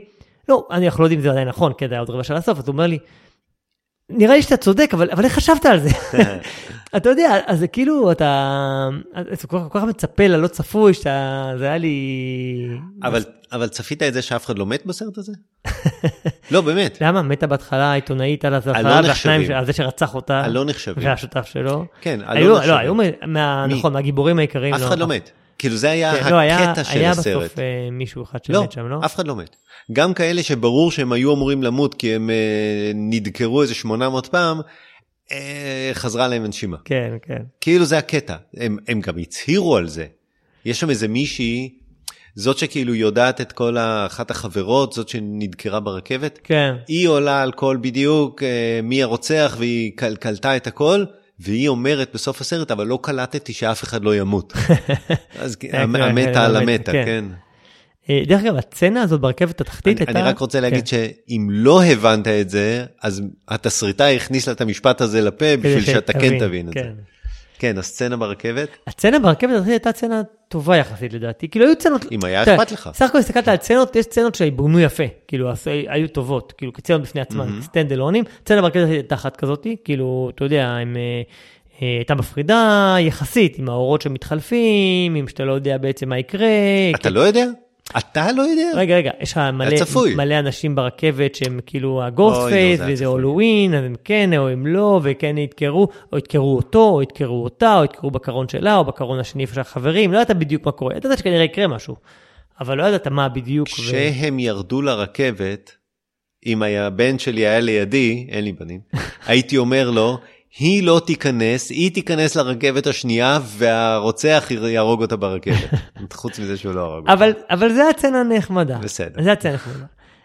לא, אני יכול לא יודע אם זה עדיין נכון, כי זה היה עוד רבע של הסוף, אז הוא אומר לי, נראה לי שאתה צודק, אבל, אבל איך חשבת על זה? אתה יודע, אז זה כאילו, אתה, זה כל כך מצפה ללא צפוי, שאתה, זה היה לי... אבל, אבל צפית את זה שאף אחד לא מת בסרט הזה? לא, באמת. למה? מתה בהתחלה העיתונאית על הזרחה, והשניים, על זה שרצח אותה. הלא נחשבים. והשותף שלו. כן, הלא נחשבים. לא, היו, נכון, מהגיבורים העיקריים. אף אחד לא מת. כאילו זה היה הקטע של הסרט. היה בסוף מישהו אחד שמת שם, לא? לא, אף אחד לא מת. גם כאלה שברור שהם היו אמורים למות, כי הם נדקרו איזה שמונה מאות פעם, חזרה להם הנשימה. כן, כן. כאילו זה הקטע. הם, הם גם הצהירו על זה. יש שם איזה מישהי, זאת שכאילו יודעת את כל אחת החברות, זאת שנדקרה ברכבת. כן. היא עולה על כל בדיוק מי הרוצח, והיא קל, קלטה את הכל, והיא אומרת בסוף הסרט, אבל לא קלטתי שאף אחד לא ימות. אז המתה על המתה, כן. דרך אגב, הצצנה הזאת ברכבת התחתית הייתה... אני רק רוצה להגיד שאם לא הבנת את זה, אז התסריטאי הכניס לה את המשפט הזה לפה, בשביל שאתה כן תבין את זה. כן, הסצנה ברכבת. הצצנה ברכבת התחתית הייתה צצנה טובה יחסית לדעתי. כאילו היו צצנות... אם היה אכפת לך. סך הכל הסתכלת על צצנות, יש צצנות שהיבורנו יפה. כאילו היו טובות, כאילו כצנות בפני עצמן, סטנד אלונים. צצנה ברכבת הייתה אחת כזאת, כאילו, אתה יודע, הם... הייתה מפרידה יחסית, עם האורות שמתחלפים, עם שאתה לא יודע בעצם מה יקרה. אתה לא יודע? אתה לא יודע? רגע, רגע, יש מלא, מלא אנשים ברכבת שהם כאילו הגוסט פייס, וזה הולווין, אז הם כן או הם לא, וכן יתקרו, או יתקרו אותו, או יתקרו אותה, או יתקרו בקרון שלה, או בקרון השני של החברים, לא ידעת בדיוק מה קורה, ידעת שכנראה יקרה משהו, אבל לא ידעת מה בדיוק. כשהם ו... ירדו לרכבת, אם הבן שלי היה לידי, אין לי בנים, הייתי אומר לו, היא לא תיכנס, היא תיכנס לרכבת השנייה, והרוצח ירוג אותה ברכבת. חוץ מזה שהוא לא הרוג אותה. אבל, אבל זה הצצנה נחמדה. בסדר. זה הצצנה נחמדה.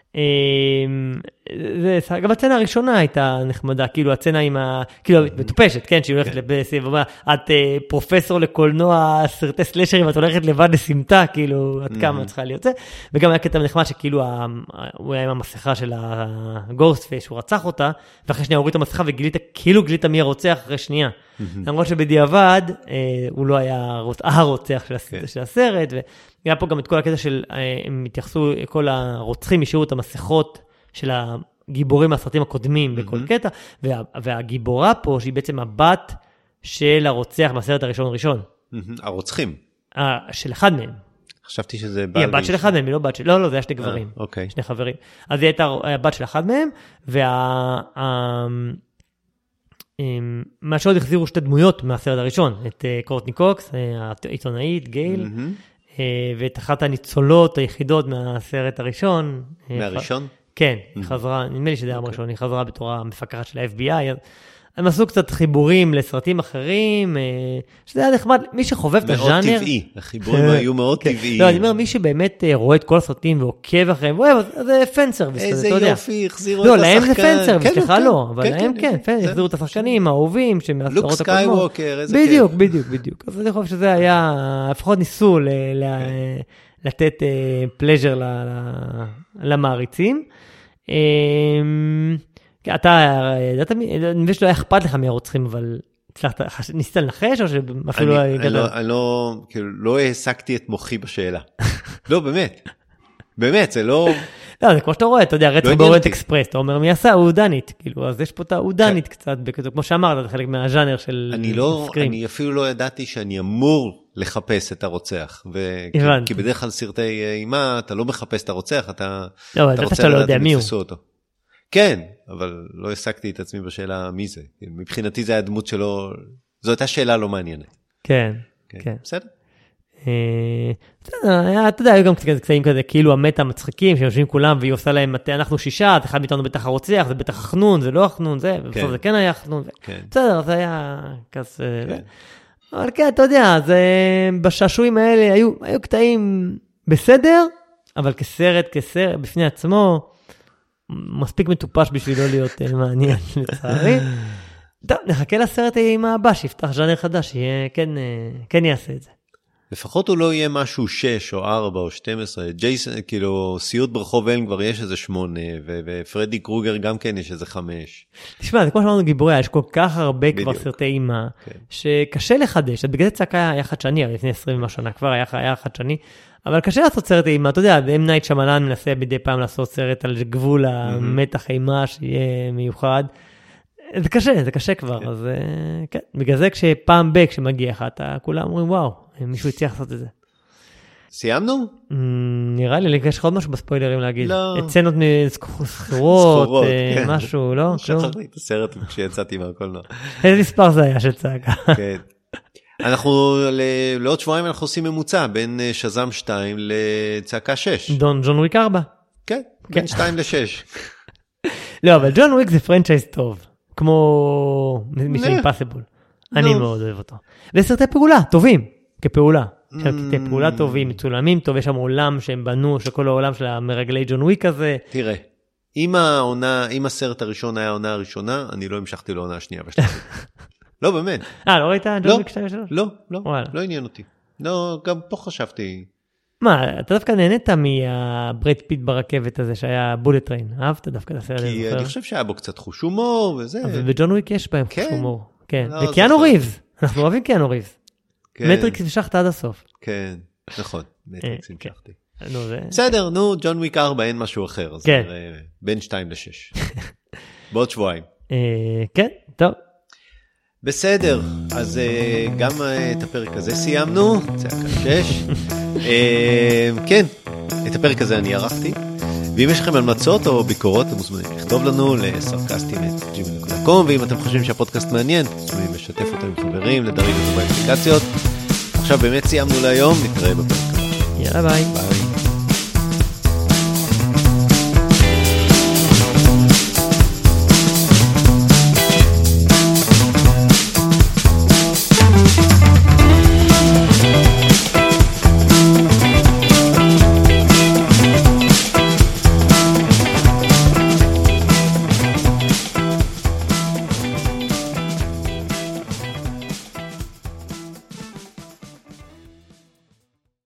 זה, גם הצצנה הראשונה הייתה נחמדה, כאילו הצצנה עם ה... כאילו מטופשת, כן? שהיא הולכת לבסיב, את פרופסור לקולנוע, סרטי סלשרים, את הולכת לבד לסמטה, כאילו, עד כמה צריכה להיות זה. וגם היה קטע נחמד שכאילו, הוא היה עם המסכה של הגוסט פייס, שהוא רצח אותה, ואחרי שנייה הוריד את המסכה וגילית, כאילו גילית מי הרוצח אחרי שנייה. למרות שבדיעבד, הוא לא היה הרוצח של הסרט, והיה פה גם את כל הקטע של, הם התייחסו, כל הרוצחים השאירו את המסכות של הגיבורים מהסרטים הקודמים בכל קטע, והגיבורה פה, שהיא בעצם הבת של הרוצח מהסרט הראשון ראשון. הרוצחים? של אחד מהם. חשבתי שזה היא הבת של אחד מהם, היא לא בת של... לא, לא, זה היה שני גברים. אוקיי. שני חברים. אז היא הייתה הבת של אחד מהם, וה... מה שעוד החזירו שתי דמויות מהסרט הראשון, את קורטני קוקס, העיתונאית, גייל, ואת אחת הניצולות היחידות מהסרט הראשון. מהראשון? כן, היא חזרה, נדמה לי שזה היה הראשון, היא חזרה בתור המפקחת של ה-אף בי איי, הם עשו קצת חיבורים לסרטים אחרים, שזה היה נחמד, מי שחובב את הז'אנר... מאוד טבעי, החיבורים היו מאוד טבעיים. לא, אני אומר, מי שבאמת רואה את כל הסרטים ועוקב אחריהם, זה פן סרוויס, איזה יופי, החזירו את השחקן. לא, להם זה פן סרוויס, סליחה לא, אבל להם כן, החזירו את השחקנים, האהובים, לוק סקייווקר, איזה כיף. בדיוק, בדיוק, בדיוק. אז אני חושב שזה היה, לפחות ניסו לתת פלז'ר למעריצים. אתה, אני מבין שלא היה אכפת לך מהרוצחים, אבל ניסית לנחש, או שאפילו לא הגעת? אני לא, כאילו, לא העסקתי את מוחי בשאלה. לא, באמת. באמת, זה לא... לא, זה כמו שאתה רואה, אתה יודע, רצח באוריינט אקספרס, אתה אומר, מי עשה? אהודנית. כאילו, אז יש פה את האהודנית קצת, כמו שאמרת, זה חלק מהז'אנר של... אני לא, אני אפילו לא ידעתי שאני אמור לחפש את הרוצח. כי בדרך כלל סרטי אימה, אתה לא מחפש את הרוצח, אתה רוצה לדעת אם יתפסו אותו. כן, אבל לא העסקתי את עצמי בשאלה מי זה. מבחינתי זה היה דמות שלו, זו הייתה שאלה לא מעניינת. כן, כן. בסדר? אתה יודע, היו גם קצאים כזה, כאילו המטה המצחיקים, שיושבים כולם, והיא עושה להם מטה, אנחנו שישה, אחד מאיתנו בטח הרוצח, זה בטח חנון, זה לא חנון, זה, ובסוף זה כן היה חנון. בסדר, זה היה כזה. אבל כן, אתה יודע, בשעשועים האלה היו קטעים בסדר, אבל כסרט, כסרט, בפני עצמו, מספיק מטופש בשביל לא להיות מעניין, לצערי. טוב, נחכה לסרט עם הבא, שיפתח ז'אנר חדש, כן יעשה את זה. לפחות הוא לא יהיה משהו שש או ארבע או שתים עשרה, ג'ייסון, כאילו, סיוט ברחוב אלם כבר יש איזה שמונה, ופרדי קרוגר גם כן יש איזה חמש. תשמע, זה כמו שאמרנו גיבורי, יש כל כך הרבה כבר סרטי אימה, שקשה לחדש, בגלל זה צעקה היה חדשני, לפני עשרים שנה כבר היה חדשני, אבל קשה לעשות סרט אימה, אתה יודע, אם נייט שמלן מנסה מדי פעם לעשות סרט על גבול המתח אימה שיהיה מיוחד, זה קשה, זה קשה כבר, אז כן, בגלל זה כשפעם בק שמגיע לך, אתה כולם אומרים, וואו, מישהו הצליח לעשות את זה. סיימנו? נראה לי, יש לך עוד משהו בספוילרים להגיד. לא. הצנות סחורות, משהו, לא? שכחתי את הסרט כשיצאתי מהקולנוע. איזה מספר זה היה שצעקה? כן. אנחנו, לעוד שבועיים אנחנו עושים ממוצע, בין שזם שתיים לצעקה שש. דון ג'ון וויק ארבע. כן, בין שתיים לשש. לא, אבל ג'ון וויק זה פרנצ'ייז טוב, כמו מישן אימפסיבול. אני מאוד אוהב אותו. וסרטי פעולה, טובים, כפעולה. סרטי פעולה טובים, מצולמים טוב, יש שם עולם שהם בנו, שכל העולם של המרגלי ג'ון וויק הזה. תראה, אם העונה, אם הסרט הראשון היה העונה הראשונה, אני לא המשכתי לעונה השנייה בשלב. לא, באמת. אה, לא ראית ג'ון וויק שתיים ושלוש? לא, לא, לא עניין אותי. לא, גם פה חשבתי. מה, אתה דווקא נהנית מהברד פיט ברכבת הזה שהיה בולט טריין, אהבת דווקא את הסרט הזה? כי אני חושב שהיה בו קצת חוש הומור וזה. ובג'ון וויק יש בהם חוש הומור. כן, וקיאנו ריבס, אנחנו אוהבים קיאנו ריבס. מטריקס המשכת עד הסוף. כן, נכון, מטריקס המשכתי. נו, זה... בסדר, נו, ג'ון וויק ארבע, אין משהו אחר. כן. בין שתיים לשש. בעוד שבועיים. כן, טוב. בסדר, אז גם את הפרק הזה סיימנו, צעקה שש. כן, את הפרק הזה אני ערכתי. ואם יש לכם המלצות או ביקורות, אתם מוזמנים לכתוב לנו לסרקסטים את ג'ימייל דוט קום, ואם אתם חושבים שהפודקאסט מעניין, אתם מוזמנים לשתף אותו עם חברים, לדרג אותו באפליקציות. עכשיו באמת סיימנו להיום, נתראה בפרק הבא. יאללה ביי. ביי.